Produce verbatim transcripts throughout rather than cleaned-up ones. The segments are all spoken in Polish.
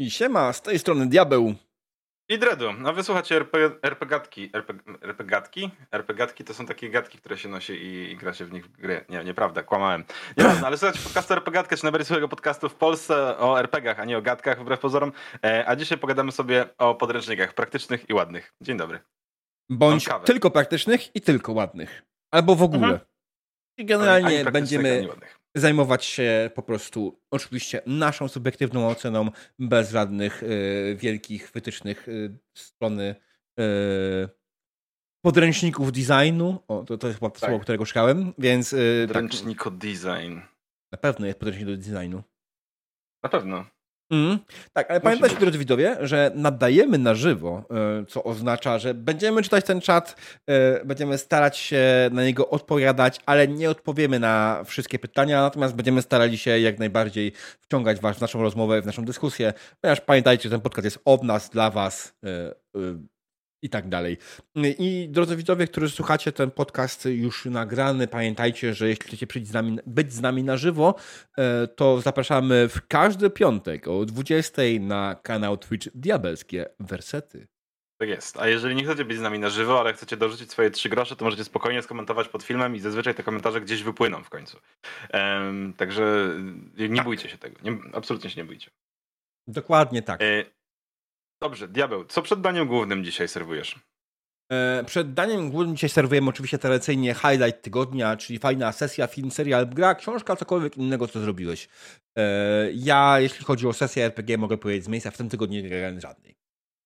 I siema, z tej strony Diabeł. I Dredu, a wysłuchacie RPGatki. RPGatki? RPGatki to są takie gadki, które się nosi i, i gra się w nich w gry. Nie, nieprawda, kłamałem. Nieważne, ale słuchajcie podcastu RPGatka, czy najbardziej swojego podcastu w Polsce o er pe gach, a nie o gadkach, wbrew pozorom. A dzisiaj pogadamy sobie o podręcznikach praktycznych i ładnych. Dzień dobry. Bądź tylko praktycznych i tylko ładnych. Albo w ogóle. Mhm. I generalnie ani będziemy ani zajmować się po prostu oczywiście naszą subiektywną oceną bez żadnych y, wielkich wytycznych y, strony y, podręczników designu. O, to, to jest chyba tak. Słowo, którego szukałem, więc... Y, Podręcznik tak, design. Na pewno jest podręcznik do designu. Na pewno. Mm. Tak, ale Musi pamiętajcie, drodzy widzowie, że nadajemy na żywo, co oznacza, że będziemy czytać ten czat, będziemy starać się na niego odpowiadać, ale nie odpowiemy na wszystkie pytania, natomiast będziemy starali się jak najbardziej wciągać was w naszą rozmowę, w naszą dyskusję, ponieważ pamiętajcie, że ten podcast jest od nas, dla was i tak dalej. I drodzy widzowie, którzy słuchacie ten podcast już nagrany, pamiętajcie, że jeśli chcecie przyjść z nami, być z nami na żywo, to zapraszamy w każdy piątek o dwudziestej na kanał Twitch Diabelskie Wersety. Tak jest. A jeżeli nie chcecie być z nami na żywo, ale chcecie dorzucić swoje trzy grosze, to możecie spokojnie skomentować pod filmem i zazwyczaj te komentarze gdzieś wypłyną w końcu. Um, także nie tak. bójcie się tego. Nie, absolutnie się nie bójcie. Dokładnie tak. E Dobrze, Diabeł, co przed daniem głównym dzisiaj serwujesz? E, przed daniem głównym dzisiaj serwujemy oczywiście tradycyjnie highlight tygodnia, czyli fajna sesja, film, serial, gra, książka, cokolwiek innego, co zrobiłeś. E, ja, jeśli chodzi o sesję er pe gie, mogę powiedzieć z miejsca, w tym tygodniu nie grałem żadnej.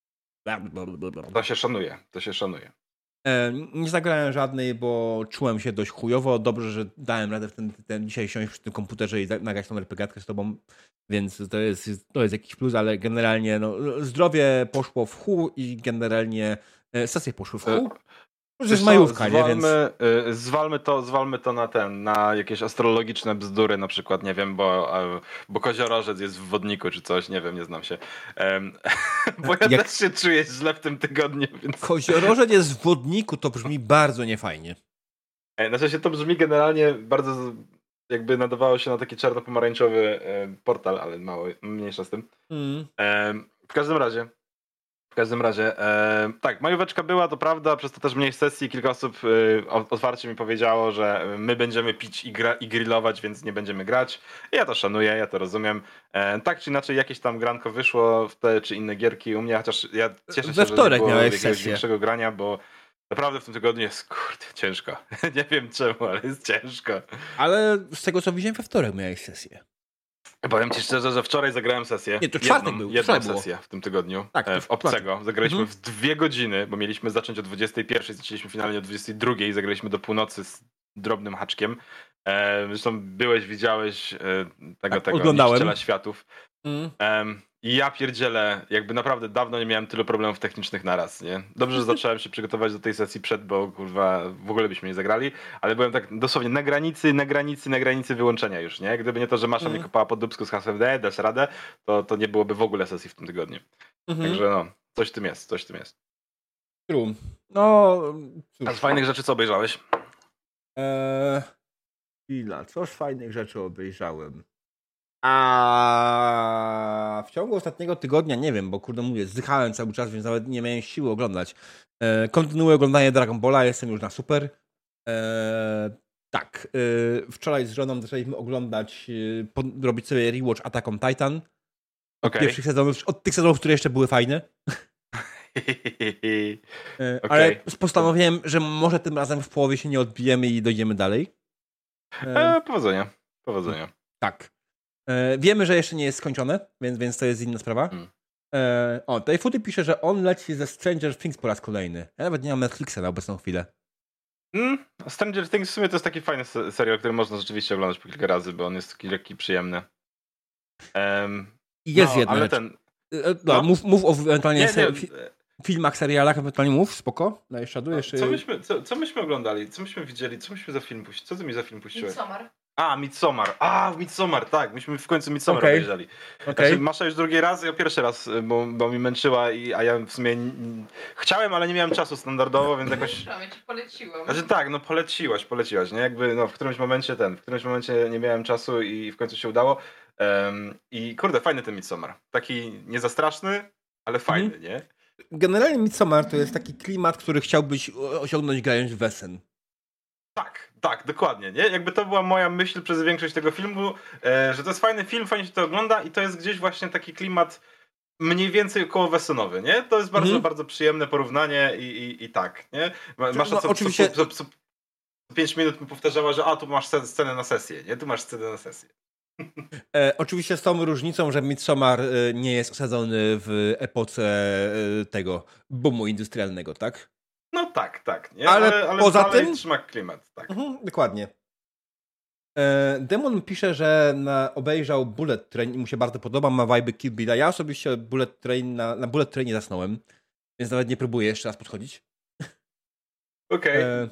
To się szanuje, to się szanuje. E, nie zagrałem żadnej, bo czułem się dość chujowo. Dobrze, że dałem radę w ten, ten dzisiaj siąść przy tym komputerze i nagrać tą er pe gatkę z tobą, więc to jest, to jest jakiś plus, ale generalnie no, zdrowie poszło w chuj i generalnie e, sesje poszły w chuj. To jest majówka, nie? Więc... y, zwalmy, to, zwalmy to na ten, na jakieś astrologiczne bzdury na przykład, nie wiem, bo, bo koziorożec jest w wodniku czy coś, nie wiem, nie znam się. Um, bo ja Jak... też się czuję źle w tym tygodniu, więc... Koziorożec jest w wodniku, to brzmi bardzo niefajnie. Znaczy się to brzmi generalnie bardzo, jakby nadawało się na taki czarno-pomarańczowy portal, ale mało, mniejsza z tym. Mm. Um, w każdym razie W każdym razie, e, tak, majóweczka była, to prawda, przez to też mniej sesji, kilka osób e, otwarcie mi powiedziało, że my będziemy pić i, gra, i grillować, więc nie będziemy grać. Ja to szanuję, ja to rozumiem. E, tak czy inaczej jakieś tam granko wyszło w te czy inne gierki u mnie, chociaż ja cieszę się, We wtorek że nie było miałeś jakiegoś sesję. większego grania, bo naprawdę w tym tygodniu jest, kurde, ciężko. Nie wiem czemu, ale jest ciężko. Ale z tego co widziałem, we wtorek miałeś sesję. Powiem ci szczerze, że wczoraj zagrałem sesję. Nie, to czwartek jedną, był. Jedną sesję było. W tym tygodniu. Tak, w obcego. Zagraliśmy mhm. w dwie godziny, bo mieliśmy zacząć o dwudziestej pierwszej, zaczęliśmy finalnie o dwudziestej drugiej, zagraliśmy do północy z drobnym haczkiem. Zresztą byłeś, widziałeś tego, tak, tego oglądałem. niszczyciela światów. Mm. Um, I ja pierdzielę, jakby naprawdę dawno nie miałem tylu problemów technicznych naraz, nie? Dobrze, że zacząłem się przygotować do tej sesji przed, bo kurwa w ogóle byśmy nie zagrali, ale byłem tak dosłownie na granicy, na granicy, na granicy wyłączenia już, nie? Gdyby nie to, że Masza mm. mnie kopała pod dupsku z hasłem D, dasz radę, to, to nie byłoby w ogóle sesji w tym tygodniu. Mm-hmm. Także no, coś w tym jest, coś w tym jest. True. No, cóż. A z fajnych rzeczy co obejrzałeś? Eee, chwila, co z fajnych rzeczy obejrzałem? A w ciągu ostatniego tygodnia, nie wiem, bo kurde mówię, zdychałem cały czas, więc nawet nie miałem siły oglądać. E, kontynuuję oglądanie Dragon Balla, jestem już na super. E, tak, e, wczoraj z żoną zaczęliśmy oglądać, e, po, robić sobie rewatch Attack on Titan. Od okay. pierwszych sezonów, od tych sezonów, które jeszcze były fajne. e, okay. Ale postanowiłem, że może tym razem w połowie się nie odbijemy i dojdziemy dalej. E, e, powodzenia, powodzenia. Tak. E, wiemy, że jeszcze nie jest skończone, więc, więc to jest inna sprawa. Hmm. E, o, tutaj Futy pisze, że on leci ze Stranger Things po raz kolejny. Ja nawet nie mam Netflixa na obecną chwilę. Mm, Stranger Things w sumie to jest taki fajny serial, który można rzeczywiście oglądać po kilka razy, bo on jest taki lekki, przyjemny. Um, I jest no, jedna ale rzecz. ten... E, no, no. Mów, mów o ewentualnie nie, nie, ser- fi- filmach, serialach, ewentualnie mów, spoko. Dajesz szadu, jeszcze... co, myśmy, co, co myśmy oglądali? Co myśmy widzieli? Co myśmy za film puścili? Co ty mi za film puściłeś? Midsommar. A, Midsommar. A, Midsommar, tak. Myśmy w końcu Midsommar okay. obejrzeli. Okay. Znaczy, Masza już drugi raz, ja pierwszy raz, bo, bo mi męczyła, i, a ja w sumie n- chciałem, ale nie miałem czasu standardowo, więc jakoś... Ja ci poleciłam. Znaczy tak, no poleciłaś, poleciłaś, nie? Jakby no w którymś momencie ten, w którymś momencie nie miałem czasu i w końcu się udało. Um, I kurde, fajny ten Midsommar. Taki nie za straszny, ale fajny, mm. nie? Generalnie Midsommar to jest taki klimat, który chciałbyś osiągnąć grając w Wesen. Tak, tak, dokładnie, nie? Jakby to była moja myśl przez większość tego filmu, e, że to jest fajny film, fajnie się to ogląda i to jest gdzieś właśnie taki klimat mniej więcej około wesenowy, nie? To jest bardzo, mm. bardzo przyjemne porównanie i, i, i tak, nie? Masza no, co, oczywiście... co, co, co, co pięć minut mi powtarzała, że a, tu masz scenę na sesję, nie? Tu masz scenę na sesję. E, oczywiście z tą różnicą, że Midsommar e, nie jest osadzony w epoce e, tego boomu industrialnego, tak? No tak, tak. Nie? Ale, ale, ale poza dalej tym trzyma klimat. Tak. Mhm, dokładnie. E, Demon pisze, że na, obejrzał Bullet Train i mu się bardzo podoba, ma vibe Kill Billa. Ja osobiście Bullet Train na, na Bullet Trainie zasnąłem, więc nawet nie próbuję jeszcze raz podchodzić. Okej. Okay.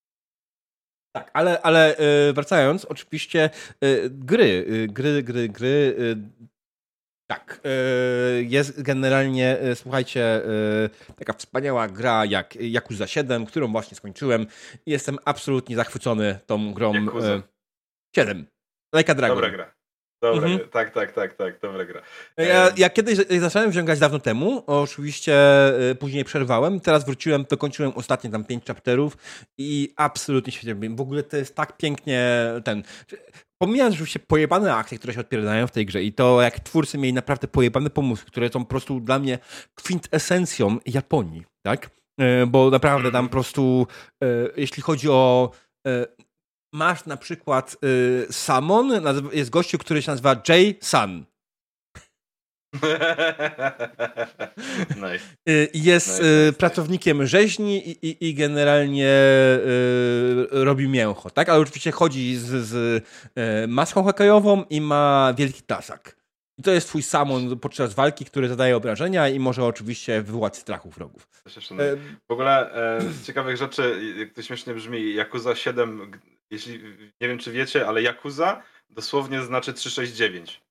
Tak, ale, ale e, wracając, oczywiście e, gry, e, gry, gry, gry. E, tak, e, jest generalnie, e, słuchajcie, e, taka wspaniała gra jak Yakuza siedem, którą właśnie skończyłem i jestem absolutnie zachwycony tą grą. E, siedem. Like a Dragon. Dobra gra. Dobra, mhm. tak, tak, tak, tak, dobra gra. Ja, ja kiedyś zacząłem wziągać dawno temu, oczywiście y, później przerwałem, teraz wróciłem, dokończyłem ostatnie tam pięć chapterów i absolutnie świetnie. W ogóle to jest tak pięknie ten... Pomijając oczywiście pojebane akcje, które się odpierdają w tej grze i to jak twórcy mieli naprawdę pojebane pomysły, które są po prostu dla mnie kwintesencją Japonii, tak? Y, bo naprawdę tam po prostu y, jeśli chodzi o... Y, masz na przykład y, Samon, jest gościu, który się nazywa Jay-san. Nice. Y, jest nice, y, nice, pracownikiem nice. rzeźni i, i, i generalnie y, robi mięcho, tak? Ale oczywiście chodzi z, z y, maską hokejową i ma wielki tasak. I to jest twój Samon podczas walki, który zadaje obrażenia i może oczywiście wywołać strachu wrogów. W ogóle e, z ciekawych rzeczy, jak to śmiesznie brzmi, Yakuza siedem, jeśli nie wiem czy wiecie, ale Yakuza dosłownie znaczy trzysta sześćdziesiąt dziewięć.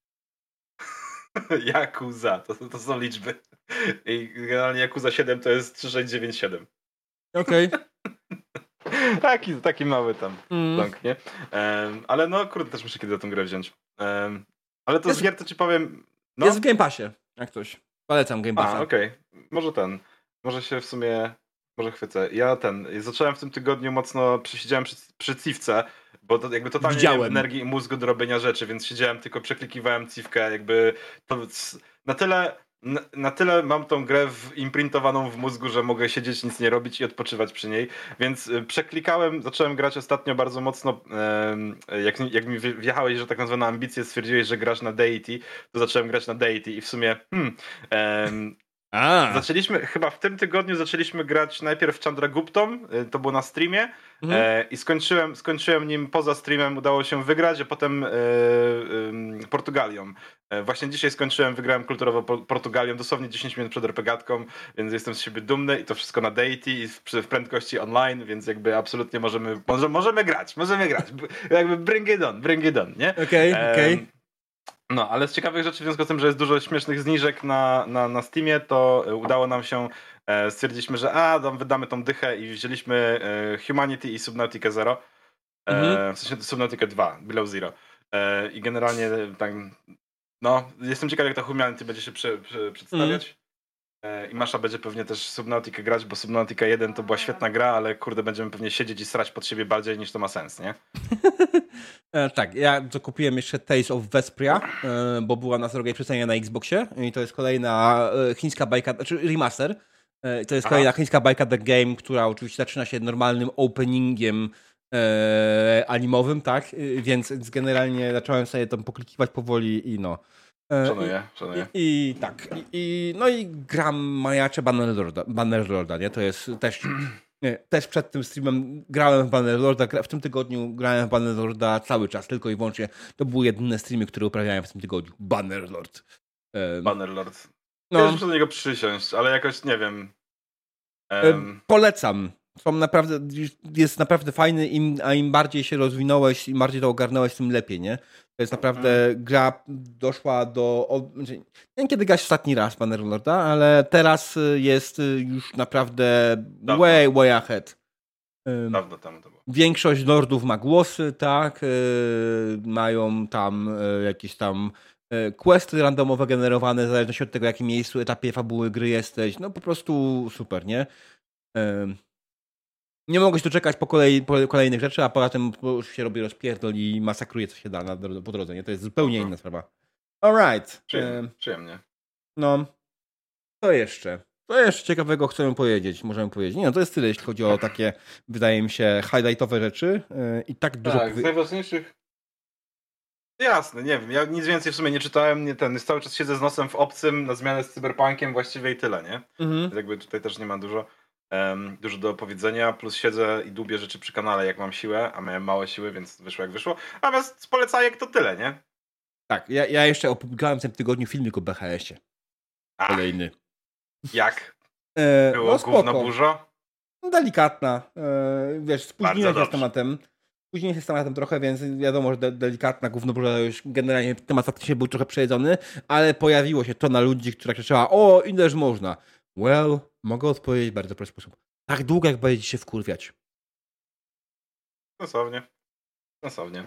Yakuza, to, to są liczby. I generalnie Yakuza siedem to jest trzy sześć dziewięć siedem. Okej. Okay. taki, taki mały tam mm. dąg, nie? Um, ale no kurde, też muszę kiedy na tę grę wziąć. Um, ale to jest, z gier, to ci powiem... No. Jest w Game Passie, jak coś. Polecam Game Passa. A, okej. Okay. Może ten. Może się w sumie... Może chwycę. Ja ten... Zacząłem w tym tygodniu mocno... Przesiedziałem przy, przy Civce, bo to jakby totalnie Widziałem. nie miałem energii i mózgu do robienia rzeczy, więc siedziałem, tylko przeklikiwałem Civkę, jakby... To na tyle... Na, na tyle mam tą grę w, imprintowaną w mózgu, że mogę siedzieć, nic nie robić i odpoczywać przy niej, więc y, przeklikałem, zacząłem grać ostatnio bardzo mocno, y, jak, jak mi wjechałeś, że tak nazwane ambicje, stwierdziłeś, że grasz na Deity, to zacząłem grać na Deity i w sumie hmm, y, A. zaczęliśmy, chyba w tym tygodniu zaczęliśmy grać najpierw Chandraguptą, y, to było na streamie, mhm. e, i skończyłem, skończyłem nim poza streamem, udało się wygrać, a potem y, y, Portugalią. Właśnie dzisiaj skończyłem, wygrałem kulturowo Portugalią, dosłownie dziesięć minut przed RPGatką, więc jestem z siebie dumny i to wszystko na Deity i w, w prędkości online, więc jakby absolutnie możemy, może, możemy grać, możemy grać, jakby bring it on, bring it on, nie? Okej, okay, okej. Okay. No, ale z ciekawych rzeczy, w związku z tym, że jest dużo śmiesznych zniżek na, na, na Steamie, to udało nam się, e, stwierdziliśmy, że a, tam wydamy tą dychę i wzięliśmy e, Humanity i Subnautica Zero, e, mhm. w sensie Subnautica dwa, Below Zero. E, I generalnie tak... No, jestem ciekaw, jak to Humanity będzie się przy, przy, przedstawiać. Mm. E, I Masza będzie pewnie też Subnautica grać, bo Subnautica jeden to była świetna gra, ale kurde, będziemy pewnie siedzieć i srać pod siebie bardziej niż to ma sens, nie? e, tak, ja to kupiłem jeszcze Tales of Vesperia, e, bo była na drogiej przecenie na Xboxie i to jest kolejna e, chińska bajka, znaczy remaster. E, to jest Aha. kolejna chińska bajka The Game, która oczywiście zaczyna się normalnym openingiem E, animowym, tak? Więc, więc generalnie zacząłem sobie tam poklikiwać powoli i no. E, szanuję, szanuję. I, i tak. I, i, no i gram majacze Bannerlorda, Bannerlorda, nie? To jest też... Nie, też przed tym streamem grałem w Bannerlorda, w tym tygodniu grałem w Bannerlorda cały czas, tylko i wyłącznie. To były jedyne streamy, które uprawiałem w tym tygodniu. Bannerlord. Um, Bannerlord. No. Chcesz do niego przysiąść, ale jakoś nie wiem. Um, polecam. są naprawdę, jest naprawdę fajny, im, a im bardziej się rozwinąłeś, im bardziej to ogarnąłeś, tym lepiej, nie? To jest naprawdę, mm. gra doszła do, o, znaczy, nie wiem kiedy grać ostatni raz Bannerlorda, ale teraz jest już naprawdę Dawno. way, way ahead. Dawno temu to było. Większość lordów ma głosy, tak, mają tam jakieś tam questy randomowe generowane, w zależności od tego, w jakim miejscu, etapie fabuły gry jesteś. No po prostu super, nie? Nie mogę się doczekać po, kolei, po kolejnych rzeczy, a poza tym już się robi rozpierdol i masakruje, co się da na, po drodze, nie? To jest zupełnie inna sprawa. Alright. Przyjemnie. Przyjemnie. No. Co jeszcze? Co jeszcze ciekawego chcemy powiedzieć? Możemy powiedzieć. Nie no, to jest tyle, jeśli chodzi o takie, wydaje mi się, highlightowe rzeczy. I tak dużo... Tak, z najważniejszych... Jasne, nie wiem. Ja nic więcej w sumie nie czytałem. Nie ten, cały czas siedzę z nosem w obcym na zmianę z cyberpunkiem właściwie i tyle, nie? Mhm. Więc jakby tutaj też nie ma dużo. Um, dużo do opowiedzenia, plus siedzę i dłubię rzeczy przy kanale, jak mam siłę, a miałem małe siły, więc wyszło jak wyszło. Natomiast z polecajek to tyle, nie? Tak, ja, ja jeszcze opublikowałem w tym tygodniu filmik o B H S-ie. Kolejny. Jak? E, Było no, gówno burzo? Delikatna. E, wiesz, spóźniłem się z tematem. Spóźniłem się z tematem trochę, więc wiadomo, że de- delikatna gówno burza już generalnie temat faktycznie był trochę przejedzony, ale pojawiło się to na ludzi, która krzyczała: o, ileż można. Well, mogę odpowiedzieć w bardzo prosty sposób. Tak długo, jak będziecie się wkurwiać. Dosłownie. Dosłownie.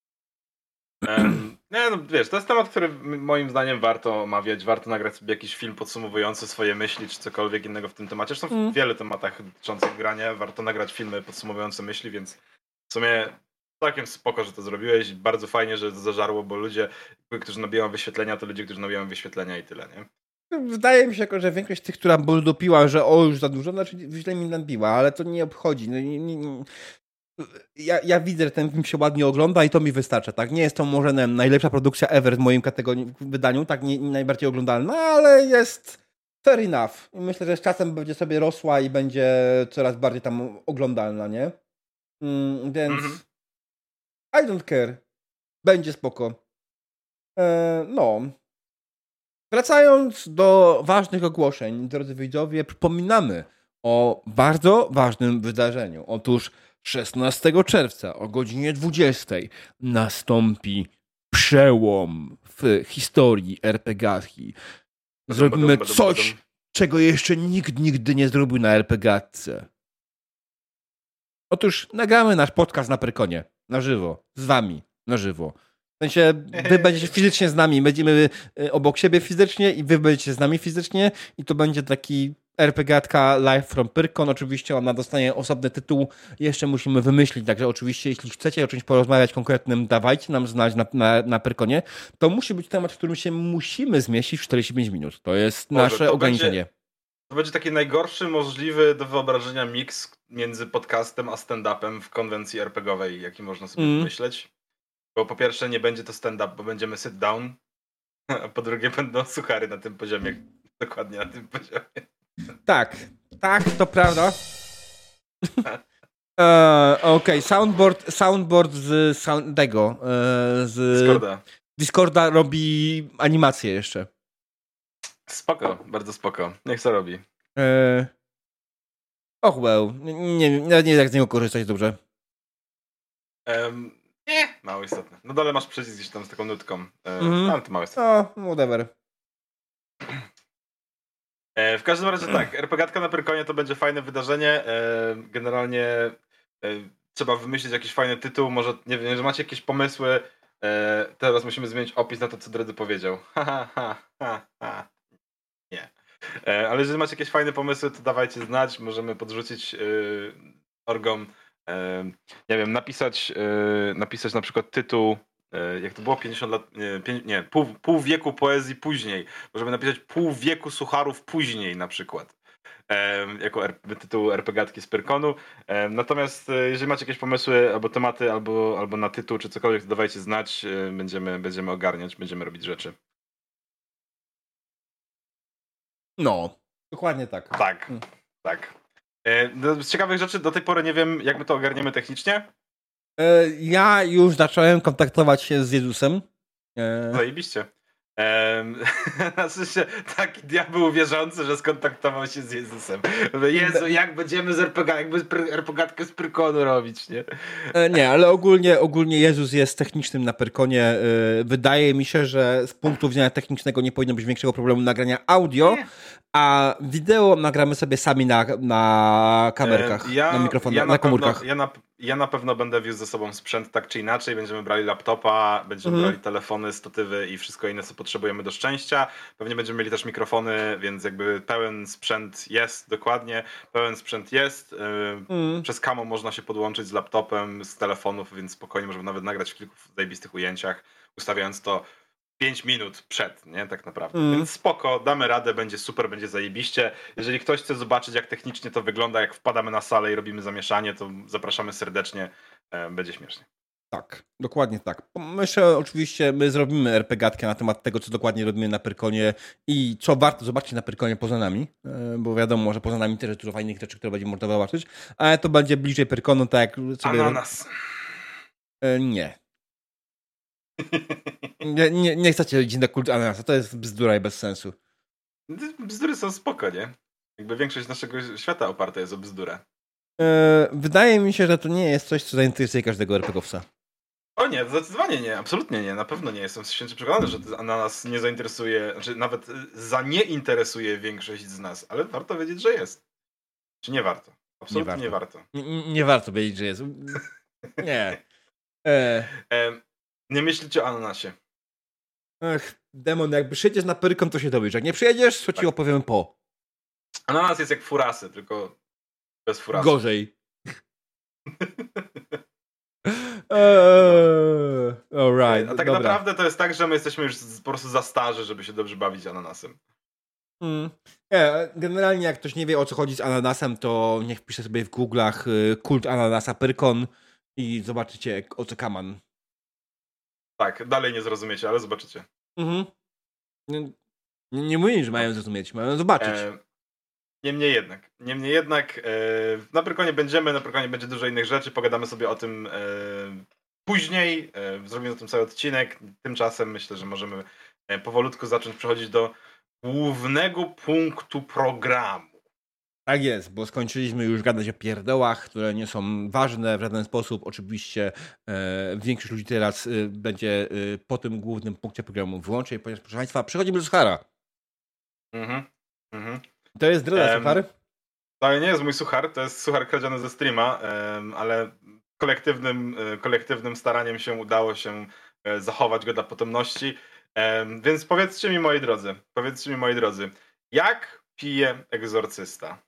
Um, nie, no wiesz, to jest temat, który moim zdaniem warto omawiać, warto nagrać sobie jakiś film podsumowujący swoje myśli, czy cokolwiek innego w tym temacie. Zresztą w mm. wielu tematach dotyczących grania warto nagrać filmy podsumowujące myśli, więc w sumie całkiem spoko, że to zrobiłeś. Bardzo fajnie, że to zażarło, bo ludzie, którzy nabijają wyświetlenia, to ludzie, którzy nabijają wyświetlenia i tyle, nie? Wydaje mi się, że większość tych, która buldopiła, że o, już za dużo, znaczy źle mi nabiła, ale to nie obchodzi. No, nie, nie, nie. Ja, ja widzę, że ten film się ładnie ogląda i to mi wystarcza, tak? Nie jest to może nie, najlepsza produkcja ever w moim kategorii, wydaniu, tak? Nie, nie najbardziej oglądalna, ale jest fair enough. I myślę, że z czasem będzie sobie rosła i będzie coraz bardziej tam oglądalna, nie? Mm, więc mm-hmm. I don't care. Będzie spoko. E, no... Wracając do ważnych ogłoszeń, drodzy widzowie, przypominamy o bardzo ważnym wydarzeniu. Otóż szesnastego czerwca o godzinie dwudziestej nastąpi przełom w historii er pe gie owskiej. Zrobimy coś, czego jeszcze nikt nigdy nie zrobił na er pe gie owce. Otóż nagramy nasz podcast na Pyrkonie, na żywo, z wami, na żywo. W sensie, wy będziecie fizycznie z nami, będziemy obok siebie fizycznie i wy będziecie z nami fizycznie i to będzie taki er pe gie owska live from Pyrkon. Oczywiście ona dostanie osobny tytuł, jeszcze musimy wymyślić, także oczywiście jeśli chcecie o czymś porozmawiać konkretnym, dawajcie nam znać na, na, na Pyrkonie. To musi być temat, w którym się musimy zmieścić w czterdzieści pięć minut. To jest Boże, nasze to ograniczenie. Będzie, to będzie taki najgorszy możliwy do wyobrażenia miks między podcastem a stand-upem w konwencji er pe gie owej, jaki można sobie mm. wymyśleć. Bo po pierwsze nie będzie to stand-up, bo będziemy sit down, a po drugie będą suchary na tym poziomie. Dokładnie na tym poziomie. Tak, tak, to prawda. e, Okej, okay. soundboard, soundboard z sound, tego, e, z Discorda. Discorda robi animację jeszcze. Spoko, bardzo spoko. Niech co robi. E, oh well, nie wiem, nie, nie jak z niego korzystać dobrze. Um, Nie, mało istotne. No dole masz przycisk gdzieś tam z taką nutką. E, mm. Ale to mało istotne. No, whatever. E, w każdym razie tak, er pe gie owska na Pyrkonie to będzie fajne wydarzenie. E, generalnie e, trzeba wymyślić jakiś fajny tytuł. Może, nie wiem, że macie jakieś pomysły. E, teraz musimy zmienić opis na to, co Dredy powiedział. Ha, ha, ha, ha, ha. Nie. E, ale jeżeli macie jakieś fajne pomysły, to dawajcie znać. Możemy podrzucić e, orgom. Nie wiem, napisać, napisać na przykład tytuł, jak to było, pięćdziesiąt lat, nie, nie pół, pół wieku poezji później. Możemy napisać pół wieku sucharów później na przykład. Jako tytuł er pe gie owski z Pyrkonu. Natomiast jeżeli macie jakieś pomysły albo tematy, albo, albo na tytuł, czy cokolwiek, to dawajcie znać. Będziemy, będziemy ogarniać, będziemy robić rzeczy. No, dokładnie tak. Tak, hmm. tak. Z ciekawych rzeczy do tej pory nie wiem, jak my to ogarniemy technicznie. Ja już zacząłem kontaktować się z Jezusem. Zajebiście. Um, znaczy, taki diabeł wierzący, że skontaktował się z Jezusem. Jezu, jak będziemy z er pe gie, jakby er pe gatkę z Pyrkonu robić, nie? Nie, ale ogólnie, ogólnie Jezus jest technicznym na Pyrkonie. Wydaje mi się, że z punktu widzenia technicznego nie powinno być większego problemu nagrania audio, nie. A wideo nagramy sobie sami na, na kamerkach, ja, na mikrofonach, ja na, na komórkach. Pewno, ja, na, ja na pewno będę wiózł ze sobą sprzęt tak czy inaczej. Będziemy brali laptopa, będziemy mhm. brali telefony, statywy i wszystko inne, co potrzebujemy do szczęścia. Pewnie będziemy mieli też mikrofony, więc jakby pełen sprzęt jest, dokładnie. Pełen sprzęt jest. Mhm. Przez Camo można się podłączyć z laptopem, z telefonów, więc spokojnie możemy nawet nagrać w kilku zajebistych ujęciach, ustawiając to pięć minut przed, nie? Tak naprawdę. Mm. Więc spoko, damy radę, będzie super, będzie zajebiście. Jeżeli ktoś chce zobaczyć, jak technicznie to wygląda, jak wpadamy na salę i robimy zamieszanie, to zapraszamy serdecznie. E, będzie śmiesznie. Tak, dokładnie tak. Myślę, oczywiście, my zrobimy er pe gatkę na temat tego, co dokładnie robimy na Pyrkonie i co warto zobaczyć na Pyrkonie poza nami, bo wiadomo, że poza nami też jest dużo fajnych rzeczy, które będziemy można zobaczyć, ale to będzie bliżej Pyrkonu, tak jak sobie... Ananas. E, nie. Nie, nie, nie chcecie iść na kult ananasa, to jest bzdura i bez sensu. Bzdury są spoko, nie? Jakby większość naszego świata oparta jest o bzdurę. Yy, wydaje mi się, że to nie jest coś, co zainteresuje każdego er pe gie owca. O nie, zdecydowanie nie, absolutnie nie, na pewno nie. Jestem święcie przekonany, że ananas nie zainteresuje, znaczy nawet za nie interesuje większość z nas, ale warto wiedzieć, że jest. Czy nie warto? Absolutnie nie warto. Nie, warto. nie, nie warto wiedzieć, że jest. Nie. E. E, nie myślicie o ananasie. Ech, demon, jakby przyjedziesz na Pyrkon, to się dowiesz. Jak nie przyjedziesz, to tak. Ci opowiem po. Ananas jest jak furasy, tylko bez furasy. Gorzej. eee, alright, A tak dobra. naprawdę to jest tak, że my jesteśmy już po prostu za starzy, żeby się dobrze bawić ananasem. Hmm. Nie, generalnie jak ktoś nie wie, o co chodzi z ananasem, to niech pisze sobie w Google'ach y, kult ananasa Pyrkon i zobaczycie, o co kaman. Tak, dalej nie zrozumiecie, ale zobaczycie. Mhm. Nie, nie mówię, że mają zrozumieć, mają zobaczyć. E, niemniej jednak, niemniej jednak e, na Pyrkonie będziemy, na Pyrkonie będzie dużo innych rzeczy, pogadamy sobie o tym e, później, e, zrobimy o tym cały odcinek, tymczasem myślę, że możemy e, powolutku zacząć przechodzić do głównego punktu programu. Tak jest, bo skończyliśmy już gadać o pierdołach, które nie są ważne w żaden sposób. Oczywiście e, większość ludzi teraz e, będzie e, po tym głównym punkcie programu wyłącznie, ponieważ, proszę Państwa, przechodzimy do suchara. Mhm. Mhm. To jest droga um, suchar? To nie jest mój suchar, to jest suchar kradziony ze streama, um, ale kolektywnym, kolektywnym staraniem się udało się zachować go dla potomności. Um, więc powiedzcie mi, moi drodzy, powiedzcie mi, moi drodzy, jak pije egzorcysta?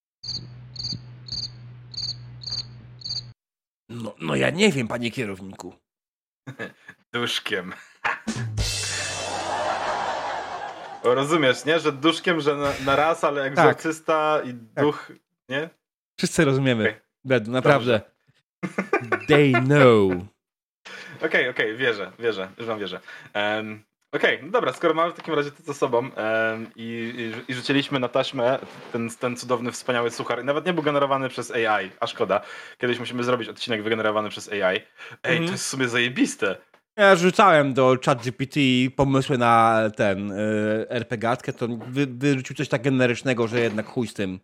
No, no ja nie wiem, panie kierowniku. Duszkiem. Rozumiesz, nie? Że duszkiem, że na, na raz, ale egzorcysta tak. i duch, tak. Nie? Wszyscy rozumiemy. Okay. Bedu, naprawdę. They know. Okej, okay, okej, okay, wierzę, wierzę, już wam wierzę. Um, Okej, okay, no dobra, skoro mamy w takim razie to za sobą um, i, i, i rzuciliśmy na taśmę ten, ten cudowny, wspaniały suchar, nawet nie był generowany przez A I, a szkoda. Kiedyś musimy zrobić odcinek wygenerowany przez A I. Ej, mm. to jest w sumie zajebiste. Ja rzucałem do ChatGPT pomysły na ten y, er pe gatkę, to wy, wyrzucił coś tak generycznego, że jednak chuj z tym.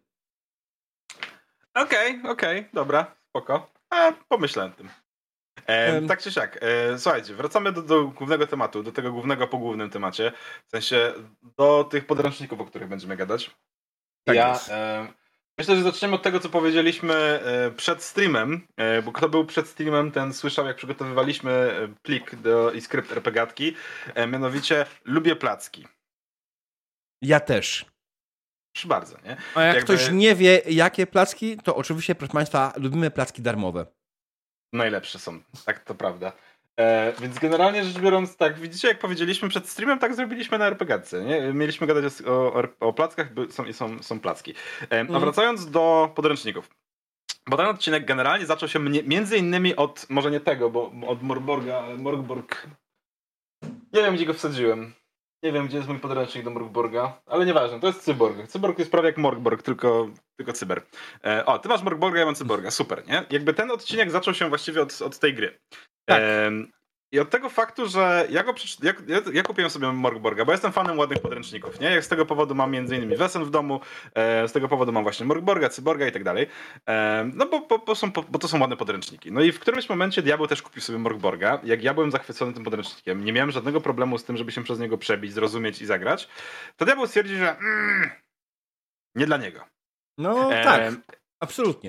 Okej, okay, okej, okay, dobra, spoko. A, pomyślałem tym. E, um. Tak czy siak, e, słuchajcie, wracamy do, do głównego tematu, do tego głównego po głównym temacie, w sensie do tych podręczników, o których będziemy gadać. Tak ja e, myślę, że zaczniemy od tego, co powiedzieliśmy e, przed streamem, e, bo kto był przed streamem, ten słyszał, jak przygotowywaliśmy plik do, i skrypt er pe gatki, e, mianowicie lubię placki. Ja też. Proszę bardzo, nie? A jak Jakby... ktoś nie wie, jakie placki, to oczywiście, proszę Państwa, lubimy placki darmowe. Najlepsze są, tak to prawda. E, więc generalnie rzecz biorąc, tak, widzicie, jak powiedzieliśmy przed streamem, tak zrobiliśmy na er pe gatce, nie? Mieliśmy gadać o, o, o plackach, by, są, są, są placki. E, mm. A wracając do podręczników. Bo ten odcinek generalnie zaczął się mnie, między innymi od, może nie tego, bo od Morgborga, ale Morgborg... Nie wiem, gdzie go wsadziłem. Nie wiem, gdzie jest mój podręcznik do Morgborga, ale nieważne, to jest Cyborg. Cyborg jest prawie jak Morgborg, tylko, tylko cyber. E, o, ty masz Morgborga, ja mam Cyborga, super, nie? Jakby ten odcinek zaczął się właściwie od, od tej gry. Tak. E, I od tego faktu, że ja, go przeczy... ja, ja, ja kupiłem sobie Morgborga, bo jestem fanem ładnych podręczników, nie? Jak z tego powodu mam między innymi Wesen w domu, e, z tego powodu mam właśnie Morgborga, Cyborga i tak dalej. E, no bo, bo, bo, są, bo to są ładne podręczniki. No i w którymś momencie Diabeł też kupił sobie Morgborga. Jak ja byłem zachwycony tym podręcznikiem, nie miałem żadnego problemu z tym, żeby się przez niego przebić, zrozumieć i zagrać, to Diabeł stwierdził, że mm, nie dla niego. No e, tak, absolutnie.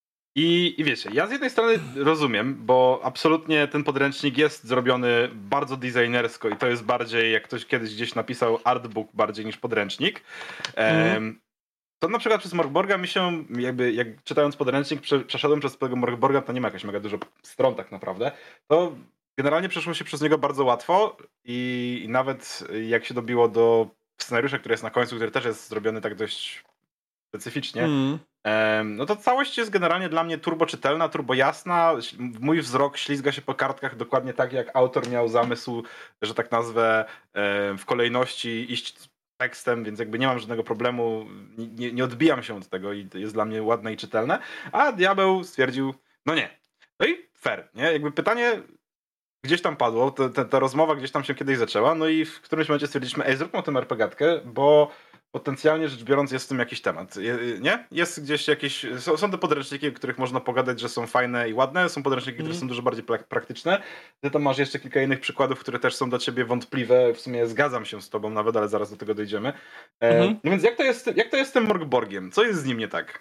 I, I wiecie, ja z jednej strony rozumiem, bo absolutnie ten podręcznik jest zrobiony bardzo designersko i to jest bardziej, jak ktoś kiedyś gdzieś napisał artbook bardziej niż podręcznik. Mm. To na przykład przez Morgborga mi się, jakby jak czytając podręcznik, prze, przeszedłem przez tego Morgborga, to nie ma jakoś mega dużo stron tak naprawdę, to generalnie przeszło się przez niego bardzo łatwo i, i nawet jak się dobiło do scenariusza, który jest na końcu, który też jest zrobiony tak dość specyficznie, mm. no to całość jest generalnie dla mnie turbo czytelna, turbo jasna. Mój wzrok ślizga się po kartkach dokładnie tak, jak autor miał zamysł, że tak nazwę, w kolejności iść tekstem, więc jakby nie mam żadnego problemu, nie, nie odbijam się od tego i jest dla mnie ładne i czytelne. A Diabeł stwierdził, no nie. No i fair, nie? Jakby pytanie gdzieś tam padło, ta, ta, ta rozmowa gdzieś tam się kiedyś zaczęła, no i w którymś momencie stwierdziliśmy, ej, zróbmy o tym RPGatkę, bo potencjalnie rzecz biorąc jest w tym jakiś temat, nie? Jest gdzieś jakieś, są, są te podręczniki, o których można pogadać, że są fajne i ładne, są podręczniki, mm. które są dużo bardziej praktyczne. Ty tam masz jeszcze kilka innych przykładów, które też są dla ciebie wątpliwe, w sumie zgadzam się z tobą nawet, ale zaraz do tego dojdziemy. E, mm-hmm. No więc jak to jest, jak to jest z tym Morgborgiem? Co jest z nim nie tak?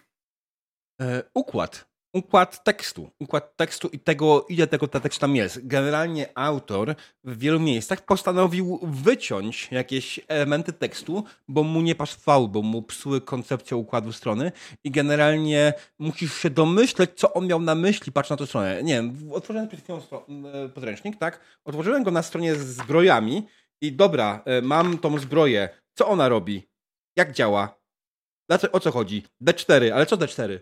E, układ. Układ tekstu. Układ tekstu i tego, ile tego ta tekst tam jest. Generalnie autor w wielu miejscach postanowił wyciąć jakieś elementy tekstu, bo mu nie pasowały, bo mu psuły koncepcję układu strony i generalnie musisz się domyśleć, co on miał na myśli, patrz na tę stronę. Nie wiem, otworzyłem przed chwilą podręcznik, tak? Otworzyłem go na stronie z zbrojami i dobra, mam tą zbroję. Co ona robi? Jak działa? O co chodzi? D cztery, ale co D cztery?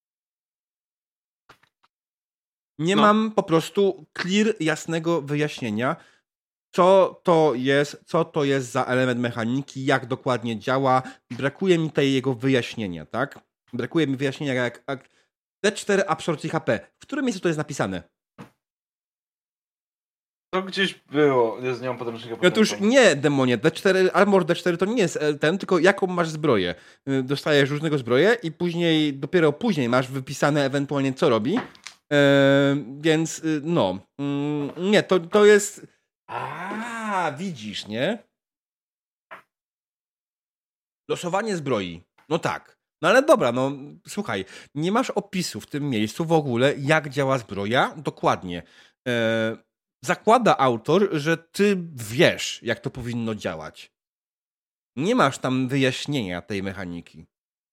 Nie no. mam po prostu clear, jasnego wyjaśnienia, co to jest, co to jest za element mechaniki, jak dokładnie działa. Brakuje mi tej jego wyjaśnienia, tak? Brakuje mi wyjaśnienia, jak, jak D cztery absorpcji H P. W którym miejscu to jest napisane? To gdzieś było, jest z nią podręcznika. No to już nie, demonie, D cztery, Armor D cztery to nie jest ten, tylko jaką masz zbroję. Dostajesz różnego zbroję i później, dopiero później masz wypisane ewentualnie co robi. Yy, więc yy, no, yy, nie, to, to jest... A, widzisz, nie? Losowanie zbroi. No tak. No ale dobra, no słuchaj, nie masz opisu w tym miejscu w ogóle, jak działa zbroja dokładnie. Yy, zakłada autor, że ty wiesz, jak to powinno działać. Nie masz tam wyjaśnienia tej mechaniki.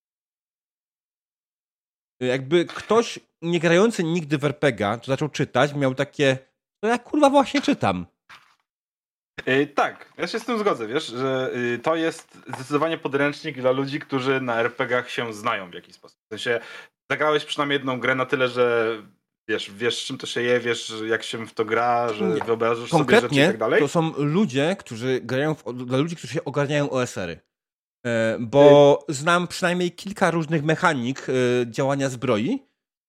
Jakby ktoś nie grający nigdy w er pe gie, to zaczął czytać, miał takie, no ja kurwa właśnie czytam. Yy, tak, ja się z tym zgodzę, wiesz, że yy, to jest zdecydowanie podręcznik dla ludzi, którzy na er pe gach się znają w jakiś sposób. W sensie zagrałeś przynajmniej jedną grę na tyle, że wiesz, wiesz czym to się je, wiesz jak się w to gra, że nie. wyobrażasz sobie rzeczy i tak dalej. To są ludzie, którzy grają, w, dla ludzi, którzy się ogarniają o es ery. Bo znam przynajmniej kilka różnych mechanik działania zbroi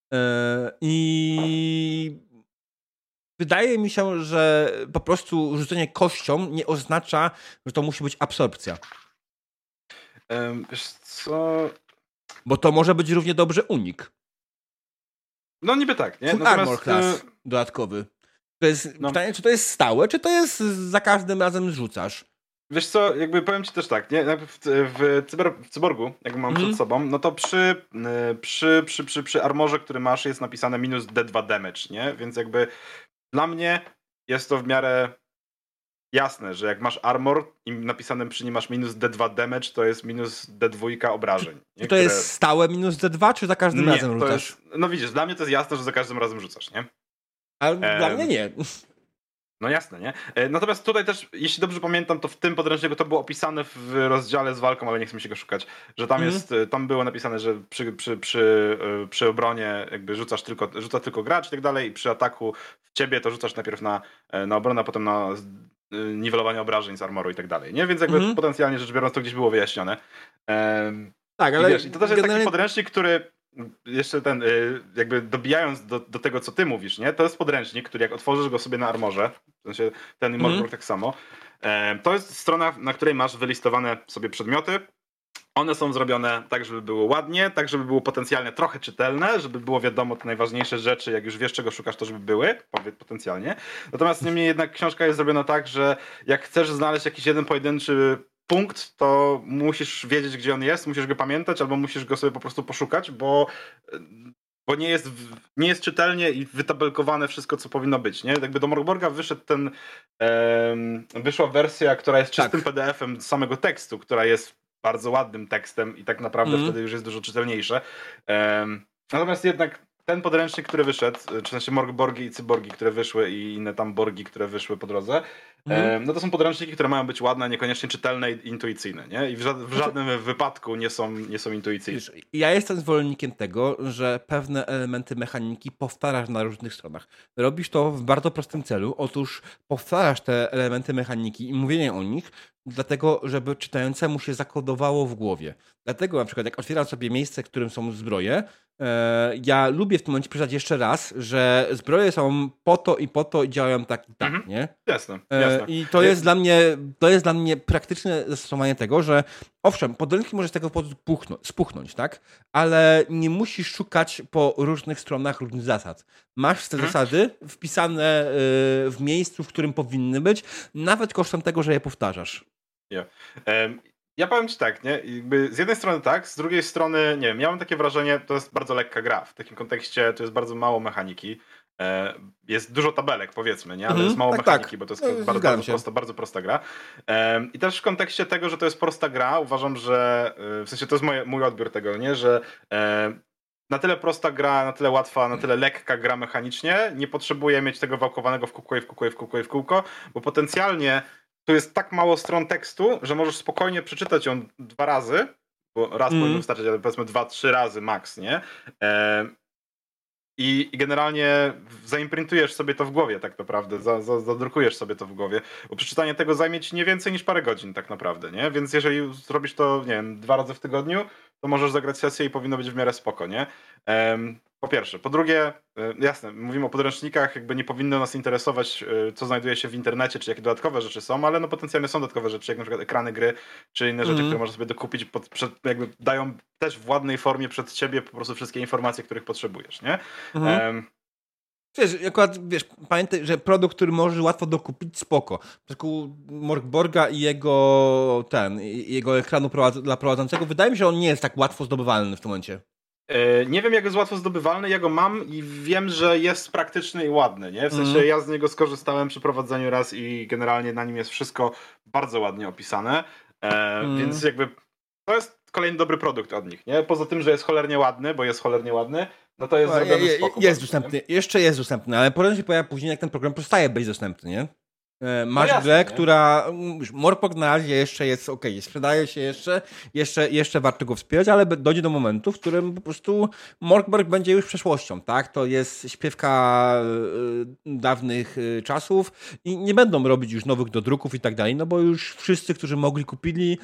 i wydaje mi się, że po prostu rzucenie kością nie oznacza, że to musi być absorpcja. Um, wiesz co? Bo to może być równie dobrze unik. No niby tak, nie? Full Natomiast armor class dodatkowy. To jest no. pytanie, czy to jest stałe, czy to jest za każdym razem zrzucasz? Wiesz co, jakby powiem ci też tak, nie? W, w, cyber, w cyborgu, jak mam mm. przed sobą, no to przy, przy, przy, przy, przy armorze, który masz, jest napisane minus D dwa damage, nie? Więc jakby dla mnie jest to w miarę jasne, że jak masz armor i napisane przy nim masz minus D dwa damage, to jest minus D dwa obrażeń. Nie? Czy to które... jest stałe minus D dwa, czy za każdym nie, razem rzucasz? Jest, no widzisz, dla mnie to jest jasne, że za każdym razem rzucasz, nie? Ale e... dla mnie nie. No jasne, nie? Natomiast tutaj też, jeśli dobrze pamiętam, to w tym podręczniku to było opisane w rozdziale z walką, ale nie chcę mi się go szukać, że tam mm. jest, tam było napisane, że przy, przy, przy, przy obronie jakby rzucasz tylko, rzuca tylko gracz i tak dalej i przy ataku w ciebie to rzucasz najpierw na, na obronę, a potem na niwelowanie obrażeń z armoru i tak dalej, nie? Więc jakby mm. potencjalnie rzecz biorąc to gdzieś było wyjaśnione. Um, tak, ale i wiesz, i to też jest generalnie... taki podręcznik, który jeszcze ten, jakby dobijając do, do tego, co ty mówisz, nie? To jest podręcznik, który jak otworzysz go sobie na Armorze, w sensie ten i Morgborg mm. tak samo, to jest strona, na której masz wylistowane sobie przedmioty. One są zrobione tak, żeby było ładnie, tak, żeby było potencjalnie trochę czytelne, żeby było wiadomo te najważniejsze rzeczy, jak już wiesz, czego szukasz, to żeby były, potencjalnie. Natomiast niemniej jednak książka jest zrobiona tak, że jak chcesz znaleźć jakiś jeden pojedynczy punkt, to musisz wiedzieć, gdzie on jest, musisz go pamiętać, albo musisz go sobie po prostu poszukać, bo, bo nie jest, nie jest czytelnie i wytabelkowane wszystko, co powinno być. Nie? Jakby do Morgborga wyszedł ten, um, wyszła wersja, która jest czystym tak. P D F-em samego tekstu, która jest bardzo ładnym tekstem i tak naprawdę mm. wtedy już jest dużo czytelniejsze. Um, natomiast jednak ten podręcznik, który wyszedł, czy w sensie Morgborgi i Cyborgi, które wyszły i inne tam Borgi, które wyszły po drodze, mm. no to są podręczniki, które mają być ładne, niekoniecznie czytelne i intuicyjne, nie? I w, ża- w żadnym znaczy, wypadku nie są, nie są intuicyjne. Wiesz, ja jestem zwolennikiem tego, że pewne elementy mechaniki powtarzasz na różnych stronach. Robisz to w bardzo prostym celu. Otóż powtarzasz te elementy mechaniki i mówienie o nich, dlatego, żeby czytającemu się zakodowało w głowie. Dlatego na przykład jak otwieram sobie miejsce, w którym są zbroje, e, ja lubię w tym momencie przeczytać jeszcze raz, że zbroje są po to i po to i działają tak i tak, mhm. nie? Jasne, jasne. E, I to jest, dla mnie, to jest dla mnie praktyczne zastosowanie tego, że owszem, podręcznik może z tego powodu puchnąć, spuchnąć, tak? Ale nie musisz szukać po różnych stronach różnych zasad. Masz te mhm. zasady wpisane y, w miejscu, w którym powinny być, nawet kosztem tego, że je powtarzasz. Yeah. Um, ja powiem ci tak, nie? Jakby z jednej strony tak, z drugiej strony, nie wiem, ja mam takie wrażenie, to jest bardzo lekka gra. W takim kontekście to jest bardzo mało mechaniki. E, jest dużo tabelek, powiedzmy, nie? Ale mm, jest mało tak, mechaniki, tak. bo to jest no, bardzo, bardzo, prosta, bardzo prosta gra. E, I też w kontekście tego, że to jest prosta gra, uważam, że w sensie to jest moje, mój odbiór tego, nie? Że e, na tyle prosta gra, na tyle łatwa, na tyle lekka gra mechanicznie, nie potrzebuje mieć tego wałkowanego w kółko i w kółko i w kółko i w kółko, bo potencjalnie tu jest tak mało stron tekstu, że możesz spokojnie przeczytać ją dwa razy, bo raz mm. powinno wystarczyć, ale powiedzmy dwa, trzy razy max, nie? E, I, I generalnie zaimprintujesz sobie to w głowie tak naprawdę, za, za, zadrukujesz sobie to w głowie, bo przeczytanie tego zajmie ci nie więcej niż parę godzin tak naprawdę, nie? Więc jeżeli zrobisz to, nie wiem, dwa razy w tygodniu, to możesz zagrać sesję i powinno być w miarę spoko, nie? Um, po pierwsze. Po drugie, jasne, mówimy o podręcznikach, jakby nie powinno nas interesować, co znajduje się w internecie, czy jakie dodatkowe rzeczy są, ale no potencjalnie są dodatkowe rzeczy, jak na przykład ekrany gry, czy inne rzeczy, mm. które możesz sobie dokupić, pod, przed, jakby dają też w ładnej formie przed ciebie po prostu wszystkie informacje, których potrzebujesz, nie? Mm. Um, Wiesz, akurat, wiesz, pamiętaj, że produkt, który możesz łatwo dokupić, spoko. W przypadku Morgborga i jego ten, i jego ekranu prowadz- dla prowadzącego, wydaje mi się, że on nie jest tak łatwo zdobywalny w tym momencie. Yy, nie wiem, jak jest łatwo zdobywalny, ja go mam i wiem, że jest praktyczny i ładny, nie? W sensie mm. ja z niego skorzystałem przy prowadzeniu raz i generalnie na nim jest wszystko bardzo ładnie opisane, yy, mm. więc jakby to jest kolejny dobry produkt od nich, nie? Poza tym, że jest cholernie ładny, bo jest cholernie ładny, no to jest no, zrobiony je, spoko. Jest dostępny, nie? Jeszcze jest dostępny, ale potem się pojawia później, jak ten program przestaje być dostępny, nie? Masz no jasne, grę, nie? która... Morgborg na razie jeszcze jest okej, okay, sprzedaje się jeszcze, jeszcze, jeszcze warto go wspierać, ale dojdzie do momentu, w którym po prostu Morgborg będzie już przeszłością, tak? To jest śpiewka y, dawnych y, czasów i nie będą robić już nowych dodruków i tak dalej, no bo już wszyscy, którzy mogli, kupili